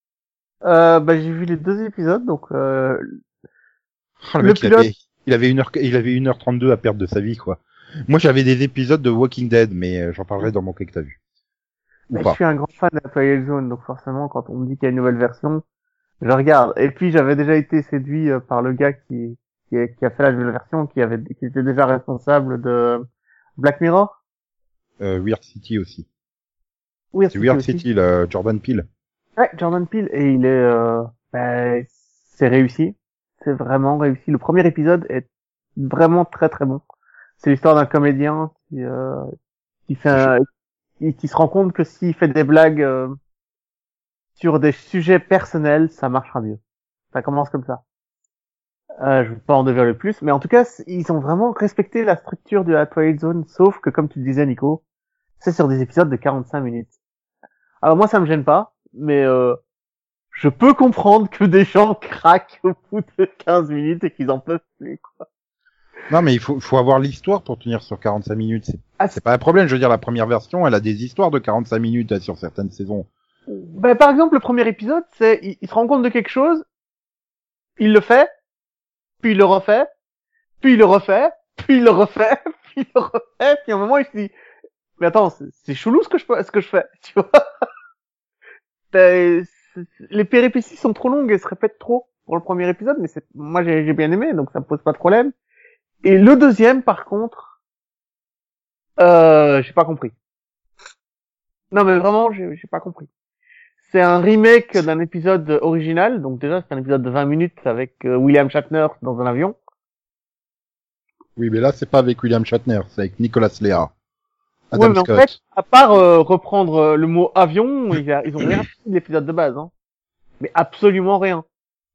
J'ai vu les 2 épisodes, donc Oh, le Le mec, pilote- il avait 1h32 à perdre de sa vie, quoi. Moi, j'avais des épisodes de Walking Dead, mais j'en parlerai dans mon quai que t'as vu. Ou je pas. suis un grand fan de la Twilight Zone, donc forcément, quand on me dit qu'il y a une nouvelle version, je regarde. Et puis, j'avais déjà été séduit par le gars qui a fait la nouvelle version, qui était déjà responsable de Black Mirror. Weird City aussi. Oui, C'est Weird City, là, Jordan Peele. Ouais, Jordan Peele, et il est, c'est réussi. C'est vraiment réussi. Le premier épisode est vraiment très très bon. C'est l'histoire d'un comédien qui se rend compte que s'il fait des blagues sur des sujets personnels, ça marchera mieux. Ça commence comme ça. Je veux pas en dévoiler plus, mais en tout cas, ils ont vraiment respecté la structure de la Twilight Zone, sauf que, comme tu le disais, Nico, c'est sur des épisodes de 45 minutes. Alors moi, ça me gêne pas, mais je peux comprendre que des gens craquent au bout de 15 minutes et qu'ils en peuvent plus, quoi. Non, mais il faut avoir l'histoire pour tenir sur 45 minutes. Ah, C'est pas un problème. Je veux dire, la première version, elle a des histoires de 45 minutes là, sur certaines saisons. Ben, par exemple, le premier épisode, il se rend compte de quelque chose, il le fait, puis il le refait, puis il le refait, puis il le refait, puis il le refait, puis à un moment, il se dit, mais attends, c'est chelou ce que je fais, tu vois. Les péripéties sont trop longues et se répètent trop pour le premier épisode, mais moi j'ai bien aimé, donc ça me pose pas de problème. Et le deuxième, par contre, j'ai pas compris. Non, mais vraiment, j'ai pas compris. C'est un remake d'un épisode original, donc déjà c'est un épisode de 20 minutes avec William Shatner dans un avion. Oui, mais là, c'est pas avec William Shatner, c'est avec Nicolas Lea. Ouais, Adam mais Scott. en fait, à part reprendre le mot avion, ils ont rien fait de l'épisode de base, hein. Mais absolument rien.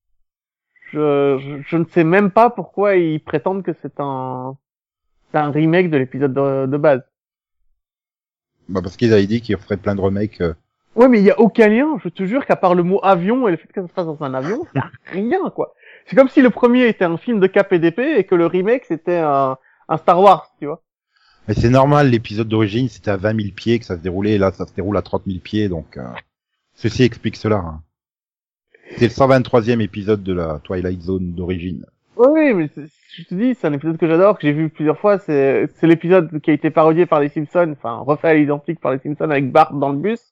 Je ne sais même pas pourquoi ils prétendent que c'est un remake de l'épisode de base. Bah, parce qu'ils avaient dit qu'ils feraient plein de remakes. Ouais, mais il y a aucun lien. Je te jure qu'à part le mot avion et le fait que ça se passe dans un avion, il y a rien, quoi. C'est comme si le premier était un film de cap et d'épée et que le remake c'était un Star Wars, tu vois. Mais c'est normal, l'épisode d'origine, c'était à 20 000 pieds que ça se déroulait, et là, ça se déroule à 30 000 pieds, donc ceci explique cela. Hein. C'est le 123e épisode de la Twilight Zone d'origine. Oui, mais je te dis, c'est un épisode que j'adore, que j'ai vu plusieurs fois. C'est l'épisode qui a été parodié par les Simpsons, enfin refait à l'identique par les Simpsons avec Bart dans le bus.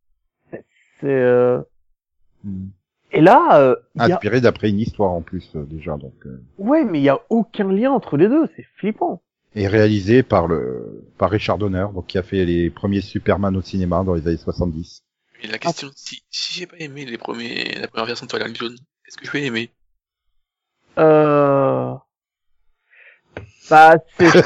Et là, inspiré d'après une histoire en plus déjà, donc. Ouais, mais il y a aucun lien entre les deux, c'est flippant. Et réalisé par Richard Donner, donc qui a fait les premiers Superman au cinéma dans les années 70. Et la question, si j'ai pas aimé la première version de Twilight Zone, est-ce que je vais aimer? Bah, c'est...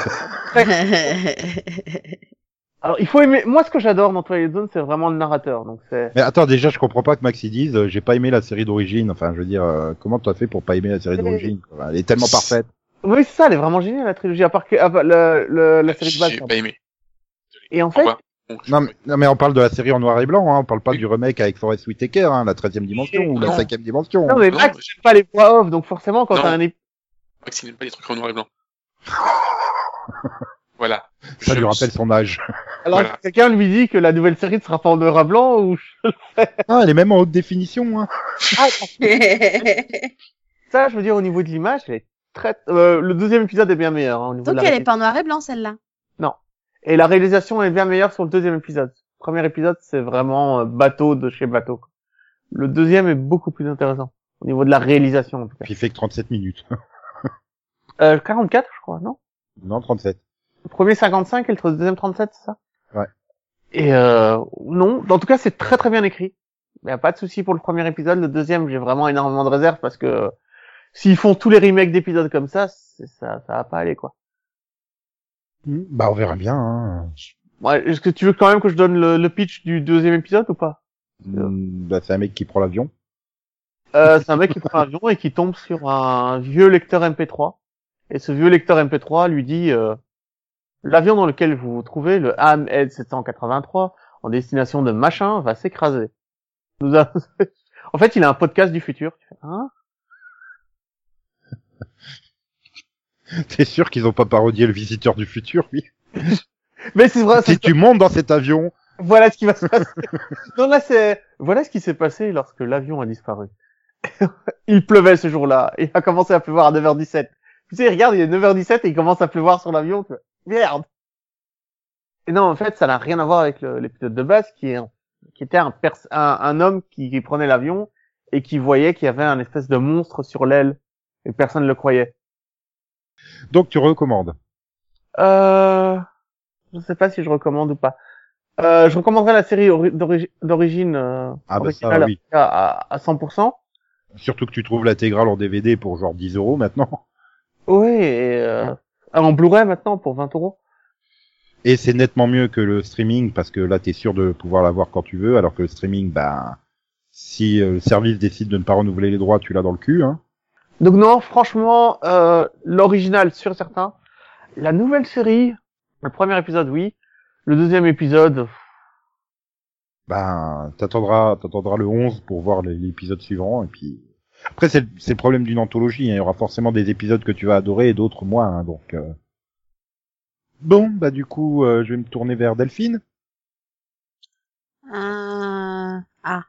Alors, il faut aimer... Moi, ce que j'adore dans Twilight Zone, c'est vraiment le narrateur, donc c'est... Mais attends, déjà, je comprends pas que Maxi dise, j'ai pas aimé la série d'origine. Enfin, je veux dire, comment t'as fait pour pas aimer la série d'origine, quoi. Elle est tellement parfaite. Oui, c'est ça, elle est vraiment géniale, la trilogie, à part que, la série de base. J'ai pas aimé. Et en fait, Donc, Non, mais on parle de la série en noir et blanc, hein. On parle pas du remake avec Forest Whitaker, hein, la 13e dimension ou la Non. 5e dimension. Non, mais Non, Max, mais- j'aime pas les voix off, donc forcément, quand Non. t'as un Max, il n'aime pas les trucs en noir et blanc. Voilà. Ça lui rappelle son âge. Alors, Voilà. quelqu'un lui dit que la nouvelle série ne sera pas en noir et blanc, ou Ah, elle est même en haute définition, hein. ça, je veux dire, au niveau de l'image, elle est le deuxième épisode est bien meilleur, hein, au niveau Donc de la elle est pas en noir et blanc celle-là. Et la réalisation est bien meilleure sur le deuxième épisode. Le premier épisode, c'est vraiment bateau de chez bateau. Le deuxième est beaucoup plus intéressant. Au niveau de la réalisation, en tout cas. Puis il fait que 37 minutes. 44, je crois, non? Non, 37. Le premier 55 et le deuxième 37, c'est ça? Ouais. Et non, en tout cas, c'est très très bien écrit. Il n'y a pas de souci pour le premier épisode. Le deuxième, j'ai vraiment énormément de réserves parce que s'ils font tous les remakes d'épisodes comme ça va pas aller, quoi. Bah, on verra bien, hein. Ouais, est-ce que tu veux quand même que je donne le pitch du deuxième épisode ou pas? Bah, c'est un mec qui prend l'avion. C'est un mec qui prend un avion et qui tombe sur un vieux lecteur MP3. Et ce vieux lecteur MP3 lui dit l'avion dans lequel vous vous trouvez, le AML 783, en destination de machin, va s'écraser. En fait, il a un podcast du futur. Tu fais, hein? T'es sûr qu'ils ont pas parodié le visiteur du futur, oui? Mais c'est vrai, Si tu montes dans cet avion, voilà ce qui va se passer. Non, là, voilà ce qui s'est passé lorsque l'avion a disparu. Il pleuvait ce jour-là. Il a commencé à pleuvoir à 9h17. Tu sais, regarde, il est 9h17 et il commence à pleuvoir sur l'avion. Tu fais, merde! Et non, en fait, ça n'a rien à voir avec l'épisode de base qui était un homme qui prenait l'avion et qui voyait qu'il y avait un espèce de monstre sur l'aile et personne ne le croyait. donc tu recommandes. Je sais pas si je recommande ou pas. Je recommanderais la série d'origine Ah, bah, ça, originale oui. à 100%. Surtout que tu trouves l'intégrale en DVD pour genre 10 € maintenant. Oui, et en Blu-ray maintenant pour 20 €. Et c'est nettement mieux que le streaming parce que là t'es sûr de pouvoir l'avoir quand tu veux, alors que le streaming, bah, si le service décide de ne pas renouveler les droits, tu l'as dans le cul, hein. Donc non, franchement, l'original sûr certain. La nouvelle série, le premier épisode oui, le deuxième épisode, Ben, t'attendras le 11 pour voir l'épisode suivant, et puis après c'est le problème d'une anthologie, hein. Il y aura forcément des épisodes que tu vas adorer et d'autres moins, hein, donc bon, bah du coup je vais me tourner vers Delphine. Ah. Ah,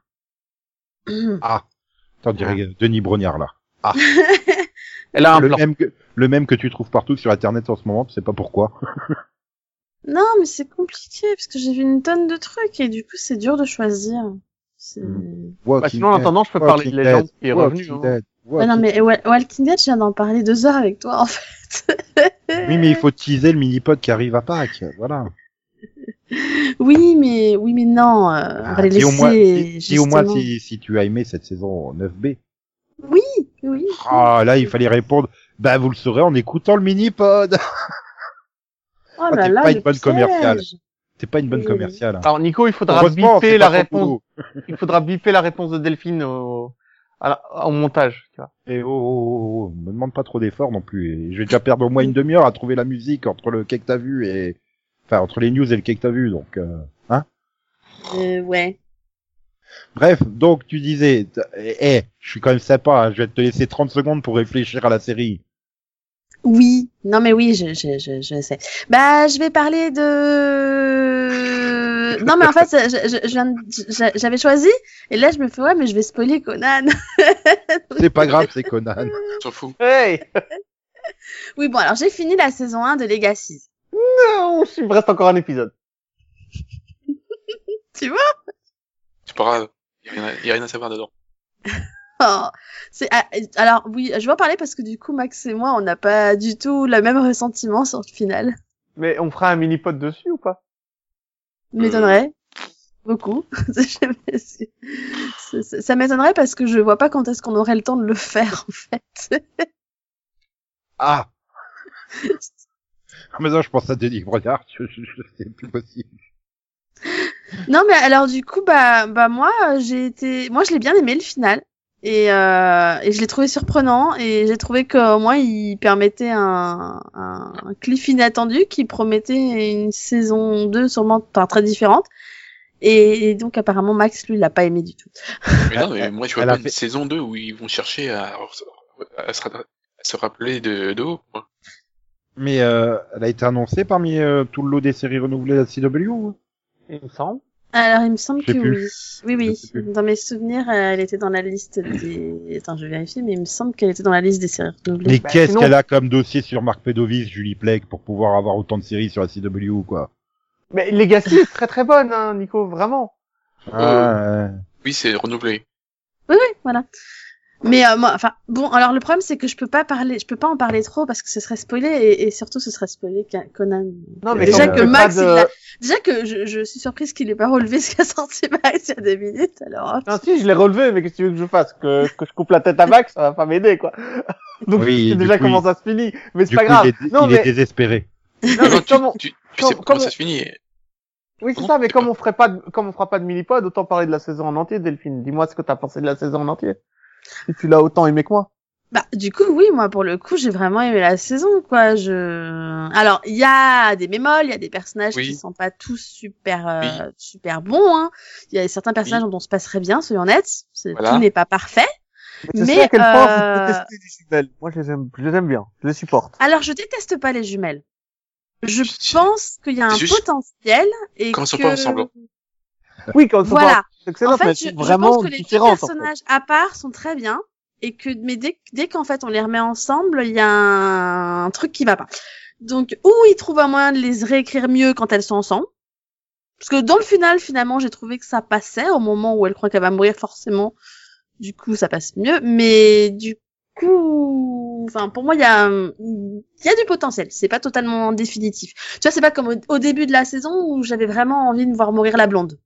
t'en dirais Denis Brognard là. Ah, elle a un le plan. même que tu trouves partout sur internet en ce moment, tu sais pas pourquoi. Non, mais c'est compliqué parce que j'ai vu une tonne de trucs et du coup c'est dur de choisir. Bah, sinon, en attendant, je peux parler de Legend qui est revenu. Hein. Ouais, non, mais Walking Dead, je viens d'en parler 2 heures avec toi en fait. Oui, mais il faut teaser le mini-pod qui arrive à Pâques, voilà. Oui, mais non, on va les Dis au moins, laisser. dis au moins justement. si tu as aimé cette saison 9B. Oui. Ah, là, il fallait répondre, bah, vous le saurez en écoutant le mini-pod. Oh t'es là là, pas une le bonne piège. commerciale. C'est pas une bonne Oui. commerciale. Hein. Alors Nico, il faudra Heureusement, bipper c'est la pas ton réponse. boulot. Il faudra bipper la réponse de Delphine au montage, tu vois. Et me demande pas trop d'efforts non plus. Et je vais déjà perdre au moins une demi-heure à trouver la musique entre le quai que t'as vu et, enfin, entre les news et le quai que t'as vu, donc, hein. Ouais. Bref, donc tu disais, je suis quand même sympa, hein, je vais te laisser 30 secondes pour réfléchir à la série. Oui. Non, mais oui, je sais. Bah, je vais parler de... Non, mais en fait, j'avais choisi, et là, je me fais, ouais, mais je vais spoiler Conan. C'est pas grave, c'est Conan. S'en fout. Hey! Oui, bon, alors, j'ai fini la saison 1 de Legacy. Non, il me reste encore un épisode. Tu vois? C'est pas grave. Y a rien à savoir dedans. Oh, alors, oui, je vais en parler parce que du coup, Max et moi, on n'a pas du tout le même ressentiment sur le final. Mais on fera un mini-pod dessus ou pas? M'étonnerait. Beaucoup. Ça m'étonnerait parce que je vois pas quand est-ce qu'on aurait le temps de le faire, en fait. Ah! Mais non, je pense à Denis Brognard, c'est plus possible. Non, mais alors, du coup, bah, moi, moi, je l'ai bien aimé, le final. et je l'ai trouvé surprenant et j'ai trouvé qu'au moins il permettait un cliff inattendu qui promettait une saison 2 sûrement très différente. Et donc apparemment Max lui il l'a pas aimé du tout. Mais non, mais moi je vois pas une saison 2 où ils vont chercher à se rappeler de haut, quoi. Mais elle a été annoncée parmi tout le lot des séries renouvelées de la CW. Il me semble. Alors il me semble Je sais que plus. oui. Je sais plus. Dans mes souvenirs, elle était dans la liste des. Attends, je vais vérifier, mais il me semble qu'elle était dans la liste des séries renouvelées. Mais Bah, qu'est-ce sinon- qu'elle a comme dossier sur Marc Pédovis, Julie Plec, pour pouvoir avoir autant de séries sur la CW, quoi. Mais Legacy est très très bonne, hein, Nico, vraiment. Oui, c'est renouvelé. Oui, voilà. Mais moi, enfin, bon, alors le problème c'est que je peux pas en parler trop parce que ce serait spoilé et surtout ce serait spoilé Conan. Non, mais déjà comme que on fait Max, pas de- déjà que je suis surprise qu'il ait pas relevé ce qu'a sorti Max il y a 2 minutes. Alors, Non, si, je l'ai relevé, mais qu'est-ce que tu veux que je fasse? Que je coupe la tête à Max, ça va pas m'aider, quoi. Donc, Oui, je sais du déjà coup, comment ça se finit. Mais c'est Du pas coup, grave. il Non, est mais, désespéré. non, Non, mais comment, tu sais comment- comment ça se finit. oui, c'est comment ça, mais tu comme on fera pas de mini-pod, autant parler de la saison en entier, Delphine. Dis-moi ce que t'as pensé de la saison en entier. Si tu l'as autant aimé que moi. bah, du coup, oui, moi, pour le coup, j'ai vraiment aimé la saison, quoi. Alors, il y a des bémols, il y a des personnages Oui. qui sont pas tous super, Oui. super bons, hein. Il y a certains personnages dont on se passerait bien, soyons honnêtes. Voilà. Tout n'est pas parfait. Mais tu Mais, sais à quel point vous détestez les jumelles. Moi, je les aime bien. Je les supporte. Alors, je déteste pas les jumelles. Je C'est- pense qu'il y a un c'est juste potentiel et quand elles sont que... pas ensemble. Oui, quand Voilà. c'est excellent, En fait, mais je c'est pense vraiment que les deux différent. En fait. personnages à part sont très bien et que mais dès qu'en fait on les remet ensemble, il y a un truc qui va pas. Donc ou ils trouvent un moyen de les réécrire mieux quand elles sont ensemble. Parce que dans le final, finalement, j'ai trouvé que ça passait au moment où elle croit qu'elle va mourir forcément. Du coup, ça passe mieux. Mais du coup, enfin, pour moi, il y a du potentiel. C'est pas totalement définitif. Tu vois, c'est pas comme au début de la saison où j'avais vraiment envie de voir mourir la blonde.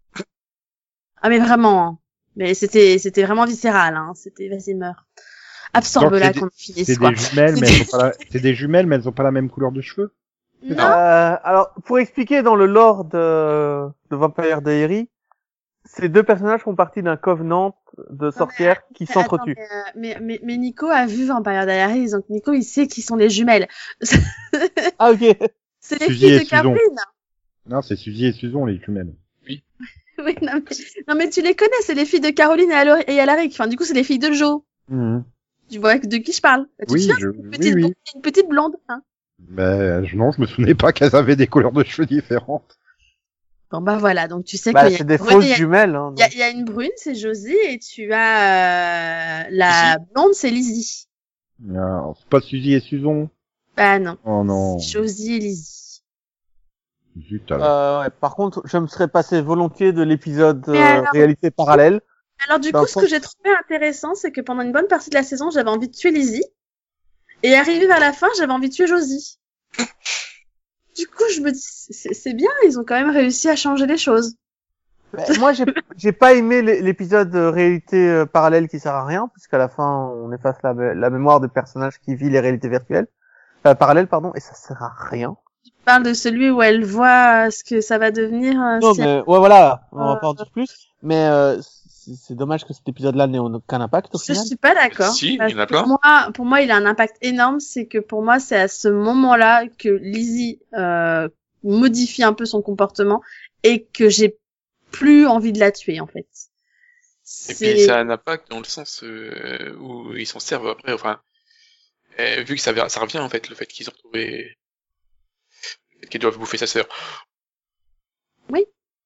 Ah, mais vraiment. Hein. Mais c'était vraiment viscéral. Hein. C'était vas-y meurs. Absorbe-la qu'on finisse C'est quoi. des jumelles, mais elles ont pas c'est des jumelles, mais elles ont pas la même couleur de cheveux. Non. Alors, pour expliquer dans le lore de Vampire Diaries, ces deux personnages font partie d'un covenant de sorcières qui Mais s'entretuent. attends, mais Nico a vu Vampire Diaries, donc Nico il sait qui sont les jumelles. Ah, ok. C'est les Suzy filles et de Susan. Caroline. Non, c'est Suzy et Susan, les jumelles. Oui, non mais tu les connais, c'est les filles de Caroline et Alaric. Enfin, du coup, c'est les filles de Joe. Mhm. Tu vois de qui je parle. Bah, tu te Oui, souviens, oui. une petite blonde. Hein. Ben, non, je me souvenais pas qu'elles avaient des couleurs de cheveux différentes. Bon bah voilà, donc tu sais Bah, qu'il y a c'est des une brune, fausses jumelles. Hein, il y a une brune, c'est Josie, et tu as la blonde, c'est Lizzie. Non, c'est pas Suzy et Susan. Bah non, Oh non. c'est Josie et Lizzie. Zut, alors. Ouais. Par contre, je me serais passé volontiers de l'épisode Mais alors- réalité parallèle. Alors du Dans coup, le ce sens- que j'ai trouvé intéressant, c'est que pendant une bonne partie de la saison, j'avais envie de tuer Lizzie. Et arrivé vers la fin, j'avais envie de tuer Josie. Du coup, je me dis, c'est bien, ils ont quand même réussi à changer les choses. Moi, j'ai pas aimé l'épisode réalité parallèle qui sert à rien, puisqu'à la fin, on efface la mémoire des personnages qui vit les réalités virtuelles. Parallèles, pardon, et ça sert à rien. Tu parles de celui où elle voit ce que ça va devenir. Non, si mais, ouais, voilà, on va pas en dire plus. Mais, c'est dommage que cet épisode-là n'ait aucun impact au Je final. suis pas d'accord. Si, il Parce y en a que plein. pour moi, il a un impact énorme. C'est que pour moi, c'est à ce moment-là que Lizzie modifie un peu son comportement et que j'ai plus envie de la tuer en fait. Et puis ça a un impact dans le sens où ils s'en servent après. Enfin, vu que ça revient en fait le fait qu'ils ont retrouvé, le fait qu'ils doivent bouffer sa sœur. Oui.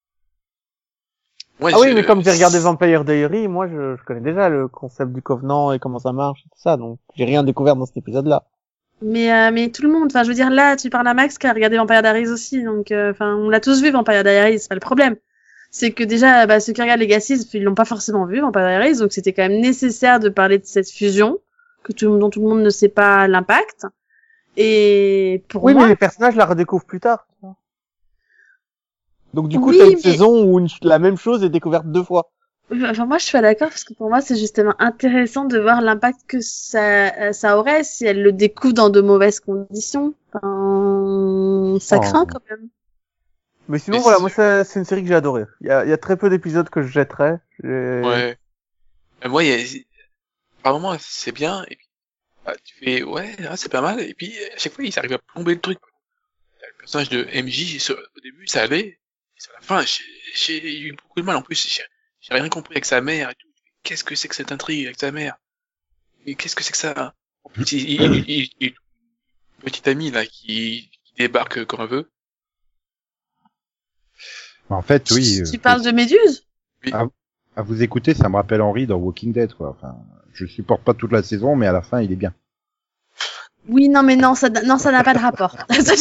Ouais, Ah oui, mais comme j'ai regardé Vampire Diaries, moi, je connais déjà le concept du Covenant et comment ça marche et tout ça, donc j'ai rien découvert dans cet épisode-là. Mais tout le monde, enfin, je veux dire, là, tu parles à Max qui a regardé Vampire Diaries aussi, donc, enfin, on l'a tous vu, Vampire Diaries, c'est pas le problème. C'est que déjà, bah, ceux qui regardent Legacy, ils l'ont pas forcément vu, Vampire Diaries, donc c'était quand même nécessaire de parler de cette fusion, dont tout le monde ne sait pas l'impact. Et pour Oui, moi, mais les personnages la redécouvrent plus tard. tu vois. Donc du coup, Oui, t'as une mais- saison où la même chose est découverte 2 fois. enfin, moi, je suis pas d'accord, parce que pour moi, c'est justement intéressant de voir l'impact que ça aurait si elle le découvre dans de mauvaises conditions. Enfin, ça Oh. craint quand même. Mais sinon, Mais voilà, c'est- moi, c'est une série que j'ai adorée. Il y a très peu d'épisodes que je jetterais. Ouais. Moi, par moment, c'est bien, et puis, tu fais, ouais, c'est pas mal, et puis, à chaque fois, il arrive à plomber le truc. Le personnage de MJ, au début, ça allait, et sur la fin, j'ai eu beaucoup de mal, en plus, j'ai rien compris avec sa mère, et tout. Qu'est-ce que c'est que cette intrigue avec sa mère? Et qu'est-ce que c'est que ça? En plus, il petit ami, là, qui débarque comme un veut. En fait, oui. Tu parles de Méduse? Oui. À vous écouter, ça me rappelle Henry dans Walking Dead, quoi. Enfin, je supporte pas toute la saison, mais à la fin, il est bien. Oui, non, mais non, ça n'a pas de rapport.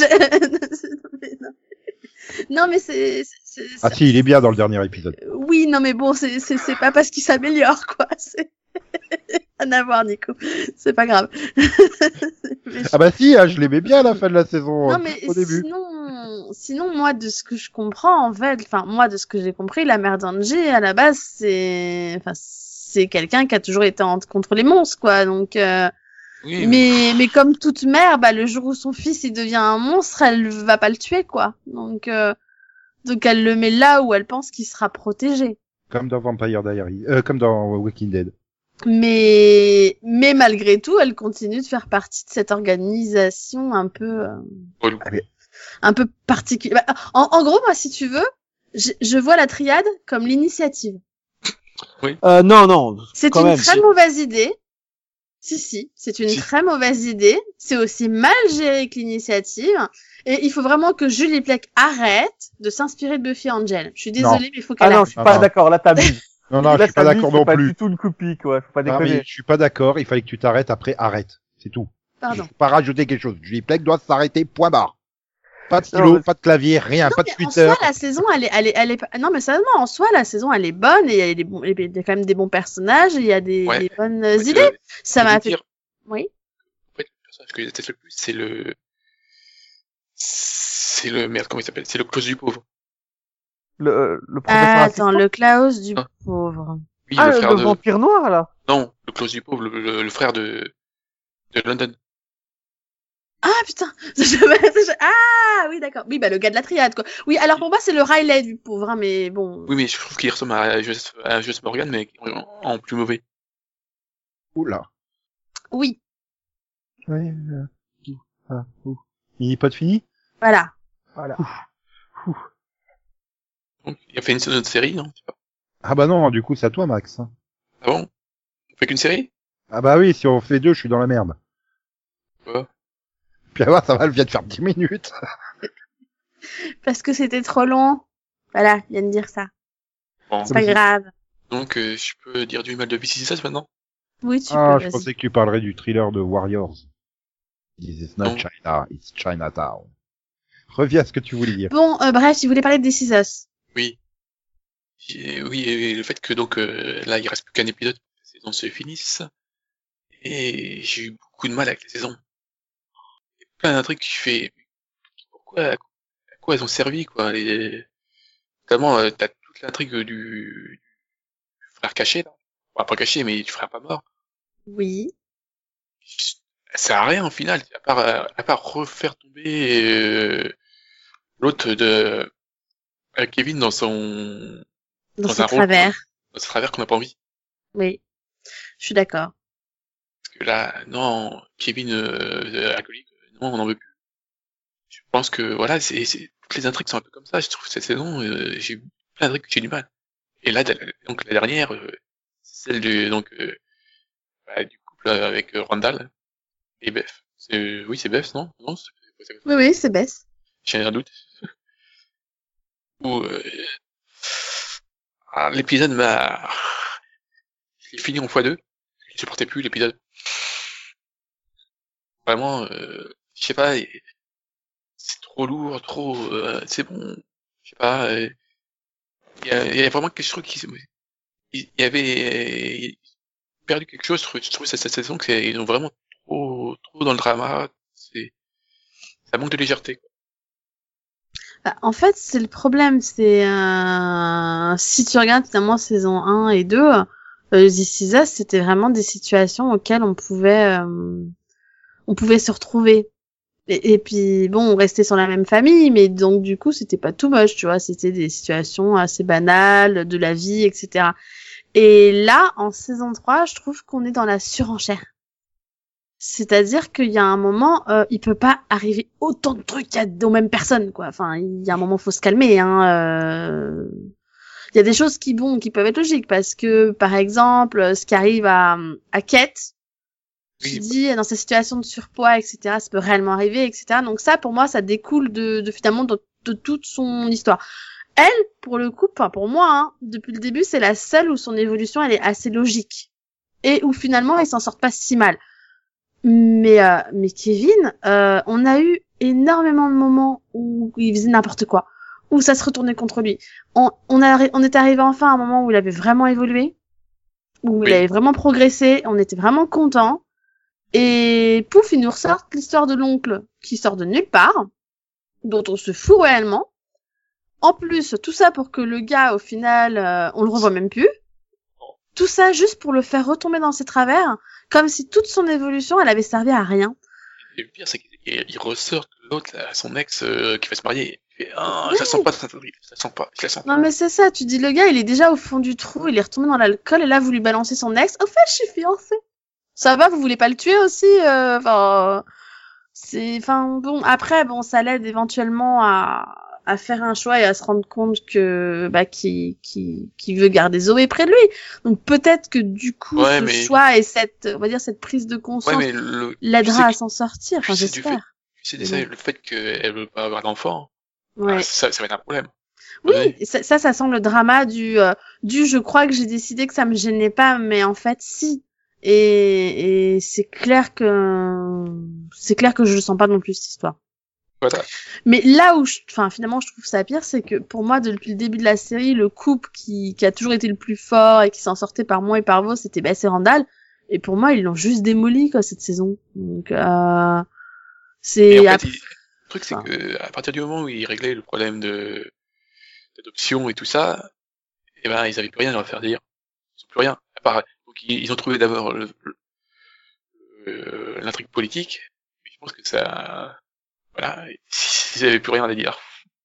Non, mais Ah si, il est bien dans le dernier épisode. Oui, non, mais bon, c'est pas parce qu'il s'améliore, quoi. C'est rien à voir, Nico. C'est pas grave. Ah bah si, je l'aimais bien à la fin de la saison. Non, mais au début. sinon, moi, de ce que je comprends, en fait, enfin, moi, de ce que j'ai compris, la mère d'Angie, à la base, c'est quelqu'un qui a toujours été contre les monstres, quoi. Donc, Oui, mais comme toute mère, bah, le jour où son fils, il devient un monstre, elle va pas le tuer, quoi. Donc elle le met là où elle pense qu'il sera protégé. Comme dans Vampire Diaries, comme dans Walking Dead. Mais malgré tout, elle continue de faire partie de cette organisation un peu un peu particulière. En gros, moi, si tu veux, je vois la triade comme l'initiative. Non. C'est quand une même, très mauvaise idée. Si, c'est une très mauvaise idée. C'est aussi mal géré que l'initiative. Et il faut vraiment que Julie Plec arrête de s'inspirer de Buffy Angel. Je suis désolée, mais il faut qu'elle je suis pas d'accord. Là, t'abuses. Non, Là, je suis pas d'accord non c'est pas plus. du tout une copie, quoi. Faut pas Non, déconner. mais je suis pas d'accord. Il fallait que tu t'arrêtes après. Arrête. C'est tout. Pardon. Faut pas rajouter quelque chose. Julie Plec doit s'arrêter. Point barre. Pas de stylo, pas de clavier, rien, Non, pas de mais Twitter. en soi, la saison, elle est, non, mais sérieusement, en soi, la saison, elle est bonne et il y a quand même des bons personnages et il y a des bonnes idées. Ça m'a fait... Oui. En fait, le personnage que je déteste le plus, c'est le, merde, comment il s'appelle? C'est le Klaus du pauvre. Le professeur assistant. Le Klaus du pauvre. Oui, Ah, le frère le de, vampire noir, là. non, le Klaus du pauvre, le frère de London. Ah, putain! Ah, oui, d'accord. Oui, bah, le gars de la triade, quoi. Oui, alors pour moi, c'est le Riley du pauvre, hein, mais bon. Oui, mais je trouve qu'il ressemble à Joseph Morgan, mais en plus mauvais. Oula. Oui, Oui, il n'est pas de fini? voilà. Voilà. Donc, il a fait une saison de série, non? Ah bah non, du coup, c'est à toi, Max. Ah bon? On fait qu'une série? Ah bah oui, si on fait 2, je suis dans la merde. Ouais. Puis alors, ça va, elle vient de faire 10 minutes. Parce que c'était trop long. Voilà, il vient de dire ça. Bon. C'est pas grave. Donc, je peux dire du mal de BC16 maintenant? Oui, tu Ah, peux, je vas-y. pensais que tu parlerais du thriller de Warriors. This is not Non. China, it's Chinatown. Reviens à ce que tu voulais dire. Bon, bref, tu voulais parler de This Is Us. Oui. Oui, et le fait que donc là il reste plus qu'un épisode pour que la saison se finisse. Et j'ai eu beaucoup de mal avec la saison. Il y a plein d'intrigues que je fais. À quoi elles ont servi, quoi. Notamment, t'as toute l'intrigue du frère caché, là. Enfin, pas caché, mais du frère pas mort. Oui. Ça sert à rien, au final, à part refaire tomber l'autre de Kevin dans Dans un ce rôle, travers. dans ce travers qu'on n'a pas envie. Oui. Je suis d'accord. Parce que là, non, Kevin alcoolique, non, on n'en veut plus. Je pense que voilà, toutes les intrigues sont un peu comme ça. Je trouve que cette saison, j'ai eu plein d'intrigues que j'ai du mal. Et là, donc la dernière, c'est celle du couple avec Randall et Beth. Oui, c'est Beth, non? Non, Oui, c'est Bess. j'ai un doute. Où l'épisode je l'ai fini en x2. Je supportais plus l'épisode. Vraiment, je sais pas, c'est trop lourd, c'est bon. Je sais pas, il y a vraiment quelque chose il y avait perdu quelque chose. Je trouve cette saison ils ont vraiment trop dans le drama. Ça manque de légèreté, quoi. Bah, en fait, c'est le problème, c'est si tu regardes finalement saison 1 et 2, This Is Us, c'était vraiment des situations auxquelles on pouvait se retrouver. Et puis bon, on restait sur la même famille, mais donc du coup, c'était pas too much, tu vois, c'était des situations assez banales de la vie, etc. Et là, en saison 3, je trouve qu'on est dans la surenchère. C'est-à-dire qu'il y a un moment, il peut pas arriver autant de trucs aux mêmes personnes, quoi. Enfin, il y a un moment, faut se calmer, hein. Il y a des choses qui peuvent être logiques, parce que, par exemple, ce qui arrive à Kate, Oui, tu dis, dans ces situations de surpoids, etc., ça peut réellement arriver, etc. Donc ça, pour moi, ça découle de finalement, de toute son histoire. Elle, pour le coup, enfin, pour moi, hein, depuis le début, c'est la seule où son évolution, elle est assez logique. Et où finalement, ils s'en sortent pas si mal. Mais Kevin, on a eu énormément de moments où il faisait n'importe quoi, où ça se retournait contre lui. On est arrivé enfin à un moment où il avait vraiment évolué, où il Oui. avait vraiment progressé, on était vraiment contents. Et pouf, il nous ressort l'histoire de l'oncle qui sort de nulle part, dont on se fout réellement. En plus, tout ça pour que le gars, au final, on le revoit même plus. Tout ça juste pour le faire retomber dans ses travers, comme si toute son évolution, elle avait servi à rien. Et le pire, c'est qu'il ressort que l'autre, là, son ex, qui va se marier. Il fait, ah, Oui. je la sens pas, je la sens pas, je la sens pas. Non mais c'est ça, tu dis le gars, il est déjà au fond du trou, il est retombé dans l'alcool, et là, vous lui balancez son ex. Au fait, je suis fiancée. Ça va, vous voulez pas le tuer aussi? Bon, après, bon, ça l'aide éventuellement à faire un choix et à se rendre compte que, qu'il veut garder Zoé près de lui. Donc peut-être que du coup, Ouais, ce mais- choix et cette prise de Ouais, conscience mais l'aidera à tu sais s'en sortir. Enfin, c'est du j'espère. c'est ça, le fait qu'elle veut pas avoir d'enfant, Ouais. ah, ça va être un problème. Oui, Ouais. ça sent le drama du je crois que j'ai décidé que ça me gênait pas, mais en fait si. Et c'est clair que je le sens pas non plus cette histoire. Voilà. Mais là où finalement je trouve ça pire, c'est que pour moi depuis le début de la série, le couple qui a toujours été le plus fort et qui s'en sortait par moi et par vous, c'était Bess et Randall. Et pour moi, ils l'ont juste démoli quoi cette saison. Donc c'est Et en fait, après- le truc, c'est enfin, que, à partir du moment où ils réglaient le problème d'adoption et tout ça, eh ben, ils avaient plus rien à leur faire dire. Ils ont plus rien. À part, donc, ils ont trouvé d'abord l'intrigue politique, mais je pense que ça, voilà, ils avaient plus rien à dire.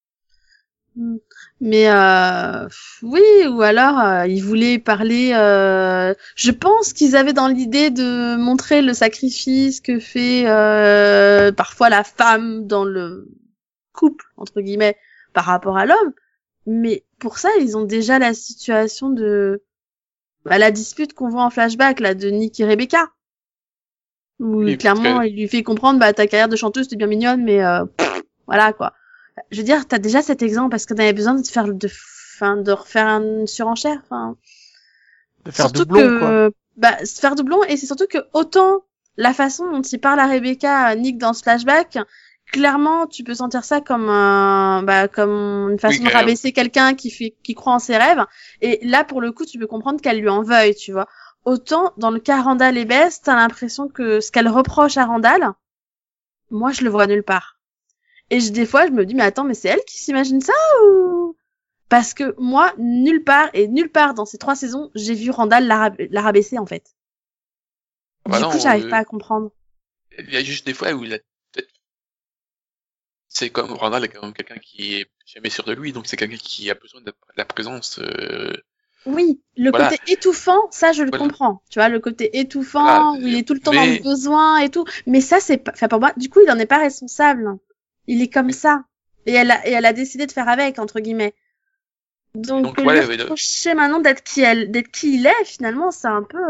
Mais oui, ou alors ils voulaient parler. Je pense qu'ils avaient dans l'idée de montrer le sacrifice que fait parfois la femme dans le couple entre guillemets par rapport à l'homme. Mais pour ça, ils ont déjà la situation de la dispute qu'on voit en flashback là de Nick et Rebecca, où Oui, parce clairement que- il lui fait comprendre ta carrière de chanteuse t'es bien mignonne, mais voilà quoi. Je veux dire, t'as déjà cet exemple parce qu'on avait besoin de refaire une surenchère. Enfin, De faire surtout doublon, que, quoi. se faire doublon, et c'est surtout que autant la façon dont il parle à Rebecca, à Nick dans ce flashback, clairement, tu peux sentir ça comme comme une façon Oui, de rabaisser quelqu'un qui croit en ses rêves. Et là, pour le coup, tu peux comprendre qu'elle lui en veuille, tu vois. Autant, dans le cas Randall et Bess, t'as l'impression que ce qu'elle reproche à Randall, moi, je le vois nulle part. Et des fois, je me dis, mais attends, mais c'est elle qui s'imagine ça ou... Parce que moi, nulle part dans ces 3 saisons, j'ai vu Randall la rabaisser, en fait. Bah Du non, coup, j'arrive pas à comprendre. il y a juste des fois où il a peut-être, c'est comme Randall est quand même quelqu'un qui est jamais sûr de lui, donc c'est quelqu'un qui a besoin de la présence, Oui, le voilà. côté étouffant, ça, je le Voilà. comprends. Tu vois, le côté étouffant, Voilà. où il est tout le temps dans Mais- le besoin et tout. Mais ça, c'est pas, pour moi, du coup, il en est pas responsable. Il est comme Mais- ça. Et elle a décidé de faire avec, entre guillemets. Donc, voilà, lui reprocher maintenant d'être qui il est, finalement, c'est un peu,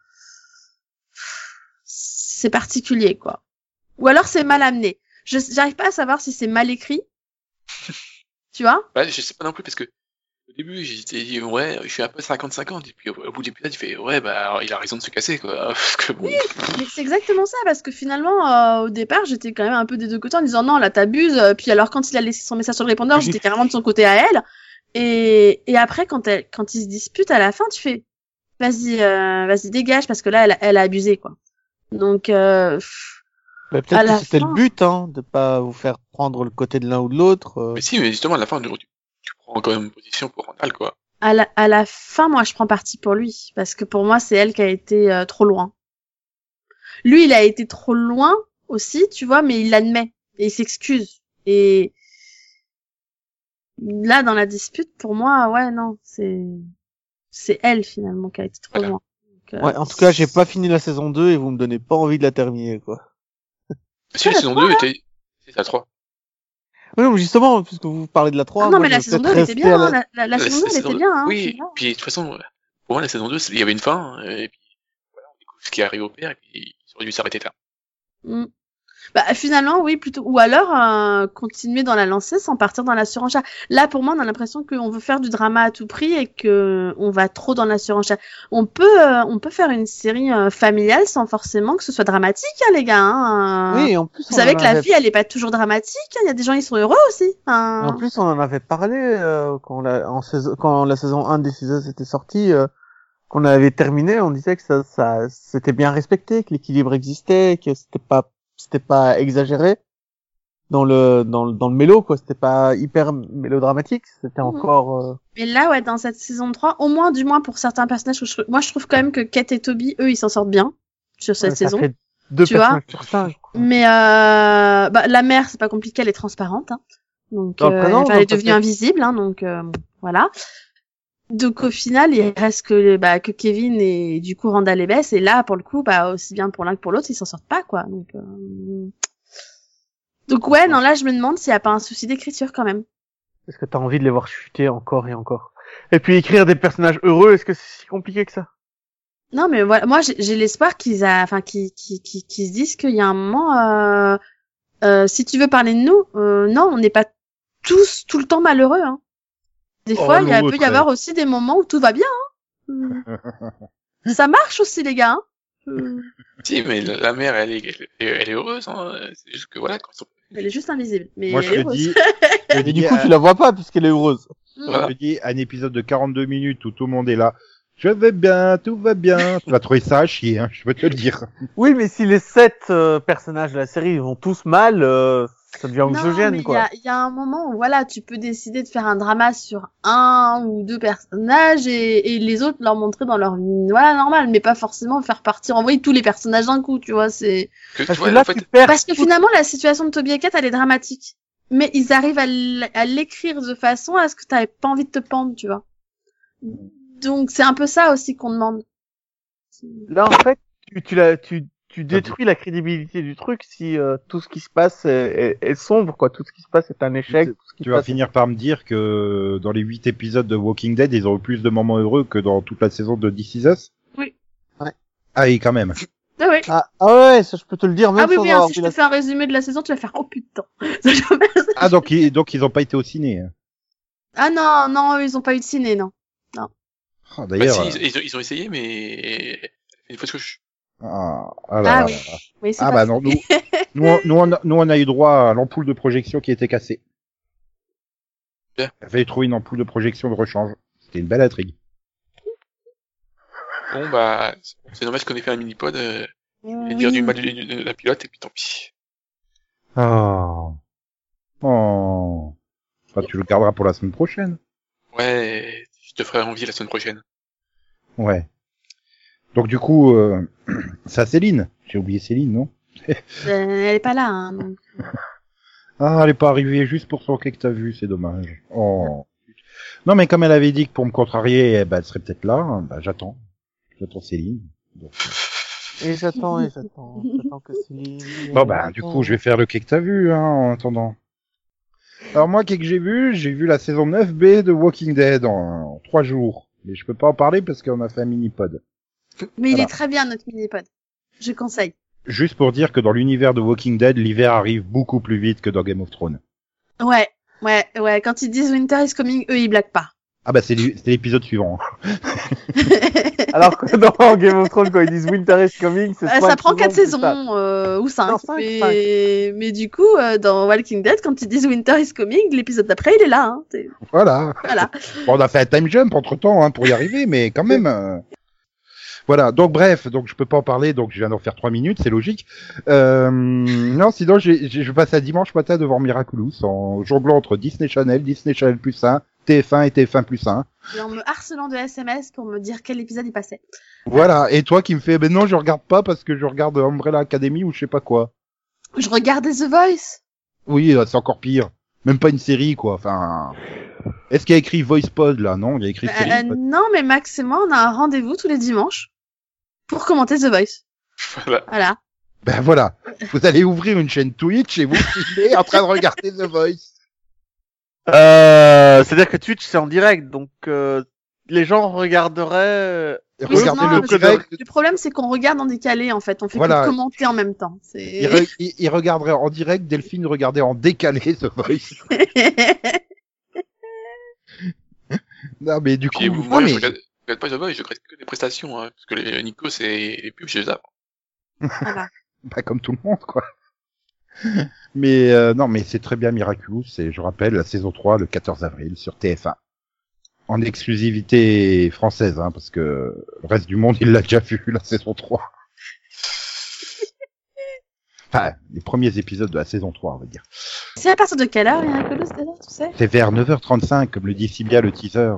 c'est particulier, quoi. Ou alors c'est mal amené. J'arrive pas à savoir si c'est mal écrit. Tu vois? ouais, je sais pas non plus parce que au début j'étais dit ouais, je suis un peu 50-50 et puis au bout de l'épisode il fait ouais bah il a raison de se casser quoi. Parce que bon, Mais c'est exactement ça, parce que finalement, au départ, j'étais quand même un peu des deux côtés en disant non, là t'abuses. Puis alors quand il a laissé son message sur le répondeur, j'étais carrément de son côté à elle. Et après, quand ils se disputent à la fin, tu fais vas-y dégage, parce que là elle a abusé, quoi. Donc Mais à peut-être la que c'était fin- le but, hein, de pas vous faire prendre le côté de l'un ou de l'autre. mais si, mais justement à la fin tu prends quand même une position pour Randall quoi. à la fin, moi je prends parti pour lui, parce que pour moi c'est elle qui a été trop loin. Lui, il a été trop loin aussi, tu vois, mais il l'admet et il s'excuse. Et là, dans la dispute, pour moi, ouais, non, c'est c'est elle finalement qui a été trop Voilà. loin. Donc, Ouais, en tout cas, j'ai pas fini la saison 2 et vous me donnez pas envie de la terminer, quoi. Si la saison 2 était, c'est la 3. Oui, mais justement, puisque vous parlez de la 3. Ah non, moi, mais la je vais saison 2 peut-être elle était rester bien, à hein. La saison 2 elle était bien, hein. Oui, Voilà. puis de toute façon, pour moi, la saison 2, il y avait une fin, et puis, voilà, on découvre ce qui arrive au père, et puis, ils auraient dû s'arrêter là. Mm. Bah finalement oui plutôt ou alors continuer dans la lancée sans partir dans la surenchère. Là pour moi on a l'impression qu'on veut faire du drama à tout prix et que on va trop dans la surenchère. On peut faire une série familiale sans forcément que ce soit dramatique hein, les gars hein. Oui, en plus, Vous savez que la vie elle est pas toujours dramatique, hein. Il y a des gens ils sont heureux aussi. Hein. En plus, on en avait parlé quand la saison 1 des Us était sortie, qu'on avait terminé, on disait que ça c'était bien respecté, que l'équilibre existait, que c'était pas exagéré dans le mélo, quoi. C'était pas hyper mélodramatique, c'était encore. Et là ouais dans cette saison 3, au moins du moins pour certains personnages, moi je trouve quand même que Kate et Toby eux ils s'en sortent bien sur cette saison. Ça fait 2 Tu personnages sur 5. Mais la mère, c'est pas compliqué, elle est transparente, hein. Donc Dans le prénom, elle est dans le devenue invisible, hein, donc voilà. Donc au final, il reste que Kevin et du coup Randall et Bess, et là pour le coup, aussi bien pour l'un que pour l'autre, ils s'en sortent pas quoi. Donc ouais, non là je me demande s'il y a pas un souci d'écriture quand même. Est-ce que t'as envie de les voir chuter encore et encore? Et puis écrire des personnages heureux, est-ce que c'est si compliqué que ça? Non mais voilà, moi j'ai l'espoir qu'ils se disent qu'il y a un moment si tu veux parler de nous, non, on n'est pas tous tout le temps malheureux hein. Des fois, peut y avoir aussi des moments où tout va bien hein. Ça marche aussi les gars hein. Si, mais la mère, elle est heureuse, hein. C'est juste que voilà, quand Elle est juste invisible, mais Moi, elle est heureuse. Et du coup, tu la vois pas puisqu'elle est heureuse. Voilà. Je dis un épisode de 42 minutes où tout le monde est là. Je vais bien, tout va bien. Tu vas trouver ça à chier, hein, je peux te le dire. Oui, mais si les 7 personnages de la série vont tous mal, ça devient anxiogène, mais quoi. il y a un moment où voilà, tu peux décider de faire un drama sur un ou deux personnages et les autres leur montrer dans leur vie, voilà, normal, mais pas forcément faire partir envoyer tous les personnages d'un coup, tu vois, c'est Parce tu vois, que là, en fait, tu perds. parce que finalement la situation de Toby et Kate elle est dramatique. Mais ils arrivent à l'écrire de façon à ce que t'avais pas envie de te pendre, tu vois. Donc c'est un peu ça aussi qu'on demande. Là, en fait, tu détruis la crédibilité du truc si tout ce qui se passe est sombre, quoi. Tout ce qui se passe est un échec. Tout ce qui Tu vas passe finir par me dire que dans les 8 épisodes de Walking Dead, ils ont eu plus de moments heureux que dans toute la saison de This Is Us. Oui. Ouais. Ah oui, quand même. Ah oui. Ah ouais, ça je peux te le dire même Ah oui, sans oui, avoir si je vu te fais un résumé de la saison, tu vas faire oh putain. Ah donc ils ont pas été au ciné. Ah non, ils ont pas eu de ciné, non. Ah, d'ailleurs. bah, si, ils ont essayé, mais une fausse couche. Ah oui. Oui, c'est Ah pas bah non, nous on a eu droit à l'ampoule de projection qui était cassée. Bien. Il fallait trouver une ampoule de projection de rechange. C'était une belle intrigue. Bon, bah, c'est dommage qu'on ait fait un mini-pod, et dire du mal de la pilote, et puis tant pis. Oh. Oh. Enfin, tu le garderas pour la semaine prochaine. Ouais, je te ferai envie la semaine prochaine. Ouais. Donc du coup, c'est à Céline. J'ai oublié Céline, non? Elle est pas là, hein. Donc. Ah, elle est pas arrivée juste pour son quai que t'as vu, c'est dommage. Oh. Non, mais comme elle avait dit que pour me contrarier, eh ben, elle serait peut-être là, bah, j'attends. J'attends Céline. Donc, Et j'attends que Céline. bon, bah, du coup, je vais faire le quai que t'as vu, hein, en attendant. Alors, moi, qu'est-ce que j'ai vu la saison 9B de Walking Dead en 3 jours. Mais je peux pas en parler parce qu'on a fait un mini-pod. Mais il Voilà. est très bien, notre mini-pod. Je conseille. Juste pour dire que dans l'univers de Walking Dead, l'hiver arrive beaucoup plus vite que dans Game of Thrones. Ouais. Quand ils disent Winter is coming, eux, ils blaguent pas. Ah bah, c'est l'épisode suivant. Alors que dans Game of Thrones, quand ils disent Winter is coming, c'est Ça prend 4 plus saisons, tard. ou 5. Non, 5, Mais du coup, dans Walking Dead, quand ils disent Winter is coming, l'épisode d'après, il est là, hein. Voilà. Voilà. Bon, on a fait un time jump entre temps, hein, pour y arriver, mais quand même. Voilà. Donc bref, donc je peux pas en parler, donc je viens d'en faire 3 minutes, c'est logique. Non, sinon je passe à dimanche matin devant Miraculous en jonglant entre Disney Channel plus 1, TF1 et TF1 plus 1. Et en me harcelant de SMS pour me dire quel épisode il passait. Voilà. Et toi qui me fais, ben non, je regarde pas parce que je regarde Umbrella Academy ou je sais pas quoi. Je regardais The Voice. Oui, c'est encore pire. Même pas une série, quoi. Enfin. Est-ce qu'il y a écrit VoicePod là? Non, il y a écrit Céline. Non, mais Max et moi, on a un rendez-vous tous les dimanches pour commenter The Voice. Voilà. Voilà. Ben voilà, vous allez ouvrir une chaîne Twitch et vous filmez en train de regarder The Voice. C'est-à-dire que Twitch c'est en direct, donc les gens regarderaient. Oui, Regardez non, le parce que direct. le problème, c'est qu'on regarde en décalé, en fait. On fait Voilà. que commenter en même temps. C'est... Il regarderait en direct, Delphine regardait en décalé The Voice. Non mais du coup, Puis non, moi, mais... je regarde pas The Voice, je regarde que des prestations, hein, parce que Nico, c'est les pubs, je les zappe. Voilà. Bah, comme tout le monde, quoi. Mais non, mais c'est très bien Miraculous, et je rappelle, la saison 3, le 14 avril, sur TF1. En exclusivité française, hein, parce que le reste du monde, il l'a déjà vu, la saison 3. Enfin, les premiers épisodes de la saison 3, on va dire. C'est à partir de quelle heure, Miraculous, déjà, tu sais? C'est vers 9h35, comme le dit si bien le teaser.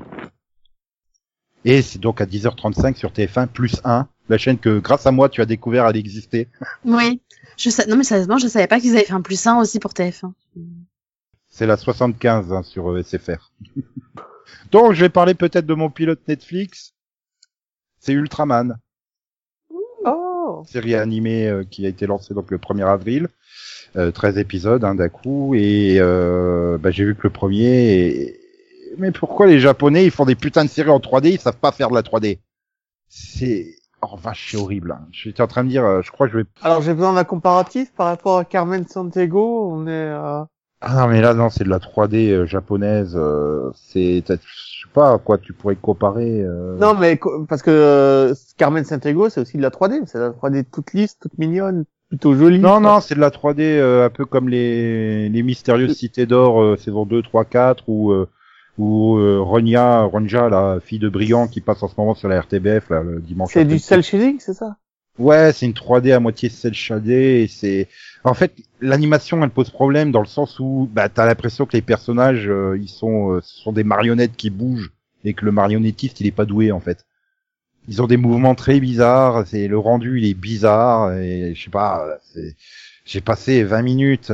Et c'est donc à 10h35 sur TF1, plus 1, la chaîne que, grâce à moi, tu as découvert elle existait. Oui. Non, mais sérieusement, je savais pas qu'ils avaient fait un plus 1 aussi pour TF1. C'est la 75 hein, sur SFR. Donc, je vais parler peut-être de mon pilote Netflix. C'est Ultraman, Oh. série animée qui a été lancée donc le 1er avril. 13 épisodes hein, d'un coup. Et j'ai vu que le premier... Mais pourquoi les Japonais, ils font des putains de séries en 3D, ils savent pas faire de la 3D? C'est... Oh vache, c'est horrible. Hein. J'étais en train de dire, je crois que je vais... Alors j'ai besoin d'un comparatif par rapport à Carmen Sandiego. On est. Ah non, mais là, non, c'est de la 3D japonaise. Je sais pas à quoi tu pourrais comparer. Non mais parce que Carmen Sandiego c'est aussi de la 3D. C'est de la 3D toute lisse, toute mignonne, plutôt jolie. Non, non, c'est de la 3D un peu comme les mystérieuses cités d'or saison 2, 3, 4 ou Ronja, la fille de Brillant qui passe en ce moment sur la RTBF là, le dimanche. C'est du cel shading, c'est ça? Ouais, c'est une 3D à moitié cel shadé et c'est en fait l'animation elle pose problème dans le sens où t'as l'impression que les personnages ils sont ce sont des marionnettes qui bougent et que le marionnettiste il est pas doué en fait. Ils ont des mouvements très bizarres, c'est le rendu il est bizarre et je sais pas, j'ai passé 20 minutes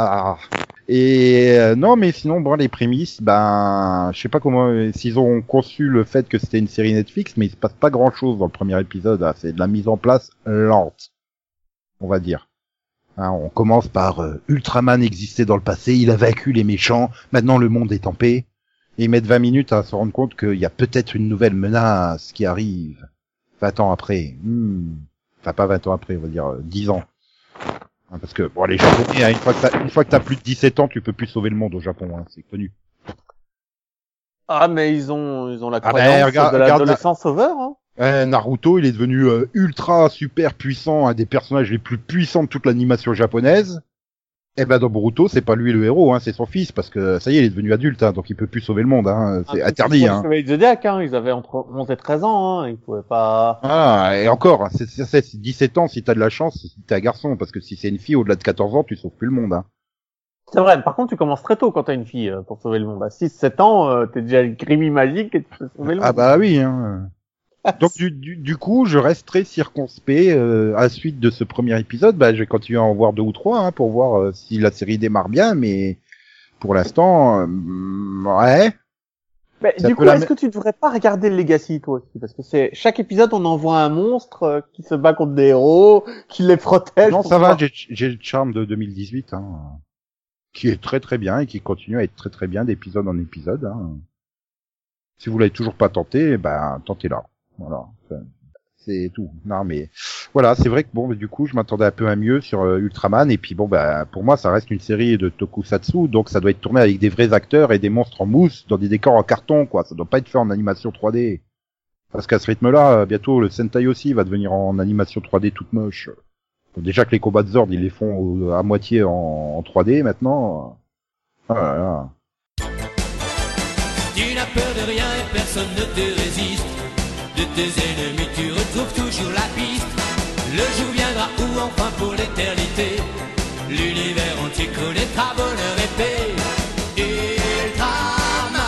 et non mais sinon bon les prémices je sais pas comment s'ils ont conçu le fait que c'était une série Netflix mais il se passe pas grand-chose dans le premier épisode, hein. C'est de la mise en place lente. On va dire. Hein, on commence par Ultraman existait dans le passé, il a vaincu les méchants, maintenant le monde est en paix. Et ils mettent 20 minutes à se rendre compte qu'il y a peut-être une nouvelle menace qui arrive 20 ans après. Enfin pas 20 ans après, on va dire 10 ans. Parce que bon les Japonais, hein, une fois que t'as plus de 17 ans, tu peux plus sauver le monde au Japon, hein, c'est connu. Ah mais ils ont la Ah croyance regarde de l'adolescent sauveur. Hein. Naruto, il est devenu ultra super puissant, un des personnages les plus puissants de toute l'animation japonaise. Et dans Boruto, c'est pas lui le héros, hein, c'est son fils, parce que ça y est, il est devenu adulte, hein, donc il peut plus sauver le monde, hein, c'est interdit. Hein. Les Zodiac, hein, ils avaient entre 11 et 13 ans, hein, ils pouvaient pas... Ah, et encore, hein, c'est 17 ans si t'as de la chance, si t'es un garçon, parce que si c'est une fille au-delà de 14 ans, tu sauves plus le monde. Hein. C'est vrai, par contre, tu commences très tôt quand t'as une fille pour sauver le monde. À 6-7 ans, t'es déjà une Grimmy magique et tu peux sauver le monde. Ah bah oui, hein. Donc du coup, je reste très circonspect à la suite de ce premier épisode. Je vais continuer à en voir 2 ou 3 hein, pour voir si la série démarre bien, mais pour l'instant, ouais. Mais du coup, est-ce que tu devrais pas regarder le Legacy toi aussi? Parce que c'est chaque épisode, on envoie un monstre qui se bat contre des héros, qui les protège. Non, ça va, j'ai le charme de 2018, hein, qui est très très bien et qui continue à être très très bien d'épisode en épisode. Hein. Si vous l'avez toujours pas tenté, tentez-la. Voilà, c'est tout. Non mais voilà, c'est vrai que bon, du coup, je m'attendais un peu à mieux sur Ultraman et puis bon, pour moi, ça reste une série de tokusatsu, donc ça doit être tourné avec des vrais acteurs et des monstres en mousse dans des décors en carton, quoi. Ça doit pas être fait en animation 3D. Parce qu'à ce rythme-là, bientôt le Sentai aussi va devenir en animation 3D toute moche. Donc, déjà que les combats de Zord, ils les font à moitié en 3D maintenant. Voilà. Tu n'as peur de rien et personne ne te résiste. De tes ennemis tu retrouves toujours la piste. Le jour viendra où enfin pour l'éternité l'univers entier connaîtra bonheur et paix. Ultraman,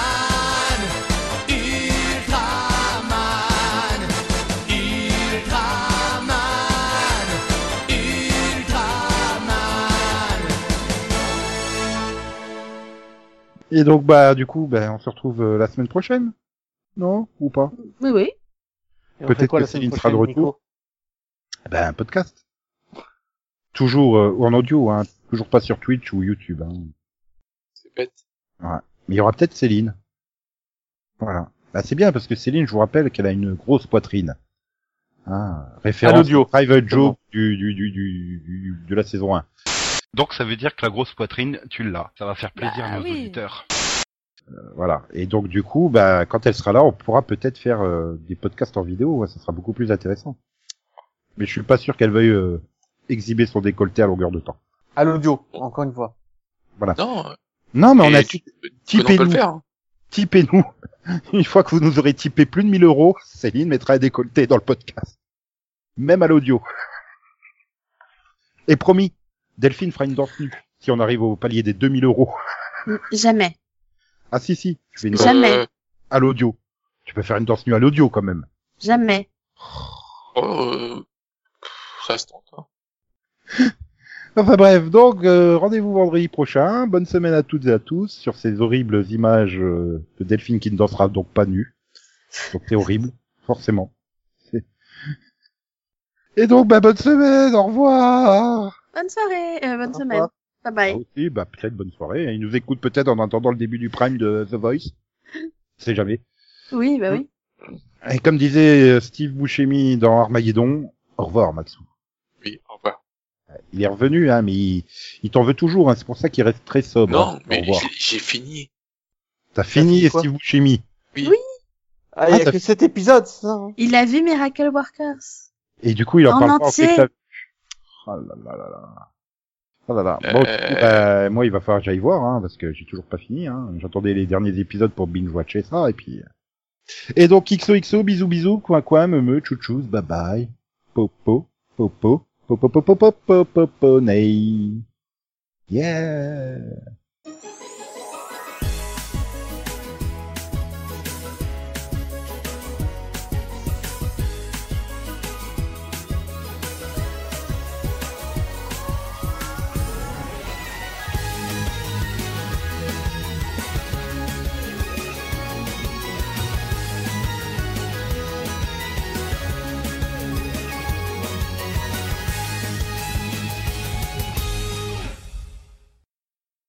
Ultraman, Ultraman, Ultraman. Et donc, bah, du coup, bah, on se retrouve la semaine prochaine. Non? Ou pas? Oui, oui. Et on Peut-être fait quoi que la semaine Céline sera de prochaine, retour. Nico? Ben, un podcast. Toujours en audio, hein. Toujours pas sur Twitch ou YouTube. Hein. C'est bête. Ouais. Mais il y aura peut-être Céline. Voilà. Bah, c'est bien parce que Céline, je vous rappelle qu'elle a une grosse poitrine. Ah, référence À l'audio. au private Justement. joke de la saison 1. Donc ça veut dire que la grosse poitrine, tu l'as. Ça va faire plaisir Bah à nos oui. auditeurs. Voilà. Et donc du coup, bah, quand elle sera là, on pourra peut-être faire des podcasts en vidéo. Ouais, ça sera beaucoup plus intéressant. Mais je suis pas sûr qu'elle veuille exhiber son décolleté à longueur de temps. À l'audio, encore une fois. Non. Non, mais on a on peut typé le nous. faire. Hein. Tipez-nous. Une fois que vous nous aurez typé plus de 1000 euros, Céline mettra un décolleté dans le podcast. Même à l'audio. Et promis, Delphine fera une danse nue si on arrive au palier des 2000 euros. Jamais. Ah si, je fais une danse Jamais. à l'audio. Tu peux faire une danse nue à l'audio quand même. Jamais. Ça se tente. Hein. Enfin bref, donc rendez-vous vendredi prochain. Bonne semaine à toutes et à tous sur ces horribles images de Delphine qui ne dansera donc pas nue. Donc c'est horrible, forcément. Et donc, bah, bonne semaine, au revoir. Bonne soirée, bonne Au semaine. revoir. Bye bye. Ah aussi, bah, peut-être bonne soirée. Ils nous écoutent peut-être en attendant le début du prime de The Voice. C'est jamais. Oui, bah oui. Et comme disait Steve Buscemi dans Armageddon, au revoir, Maxou. Oui, au revoir. Il est revenu, hein, mais il t'en veut toujours, hein. C'est pour ça qu'il reste très sobre. Non, Au mais revoir. j'ai fini. T'as fini, fini quoi Steve Buscemi. Oui. Oui. Ah, il y a t'as que cet épisode, ça. Hein. Il a vu Miracle Workers. Et du coup, il en En parle pas en entier. spectacle. Oh là là là là. Oh là là. Bon, du coup, bah, moi, il va falloir que j'aille voir, hein, parce que j'ai toujours pas fini, hein. J'attendais les derniers épisodes pour binge-watcher ça, et puis... Et donc, XOXO, bisous bisous, coin me, chouchous, bye bye. Popo, popo, popo, popo, popo, popo, popo, ney. Yeah.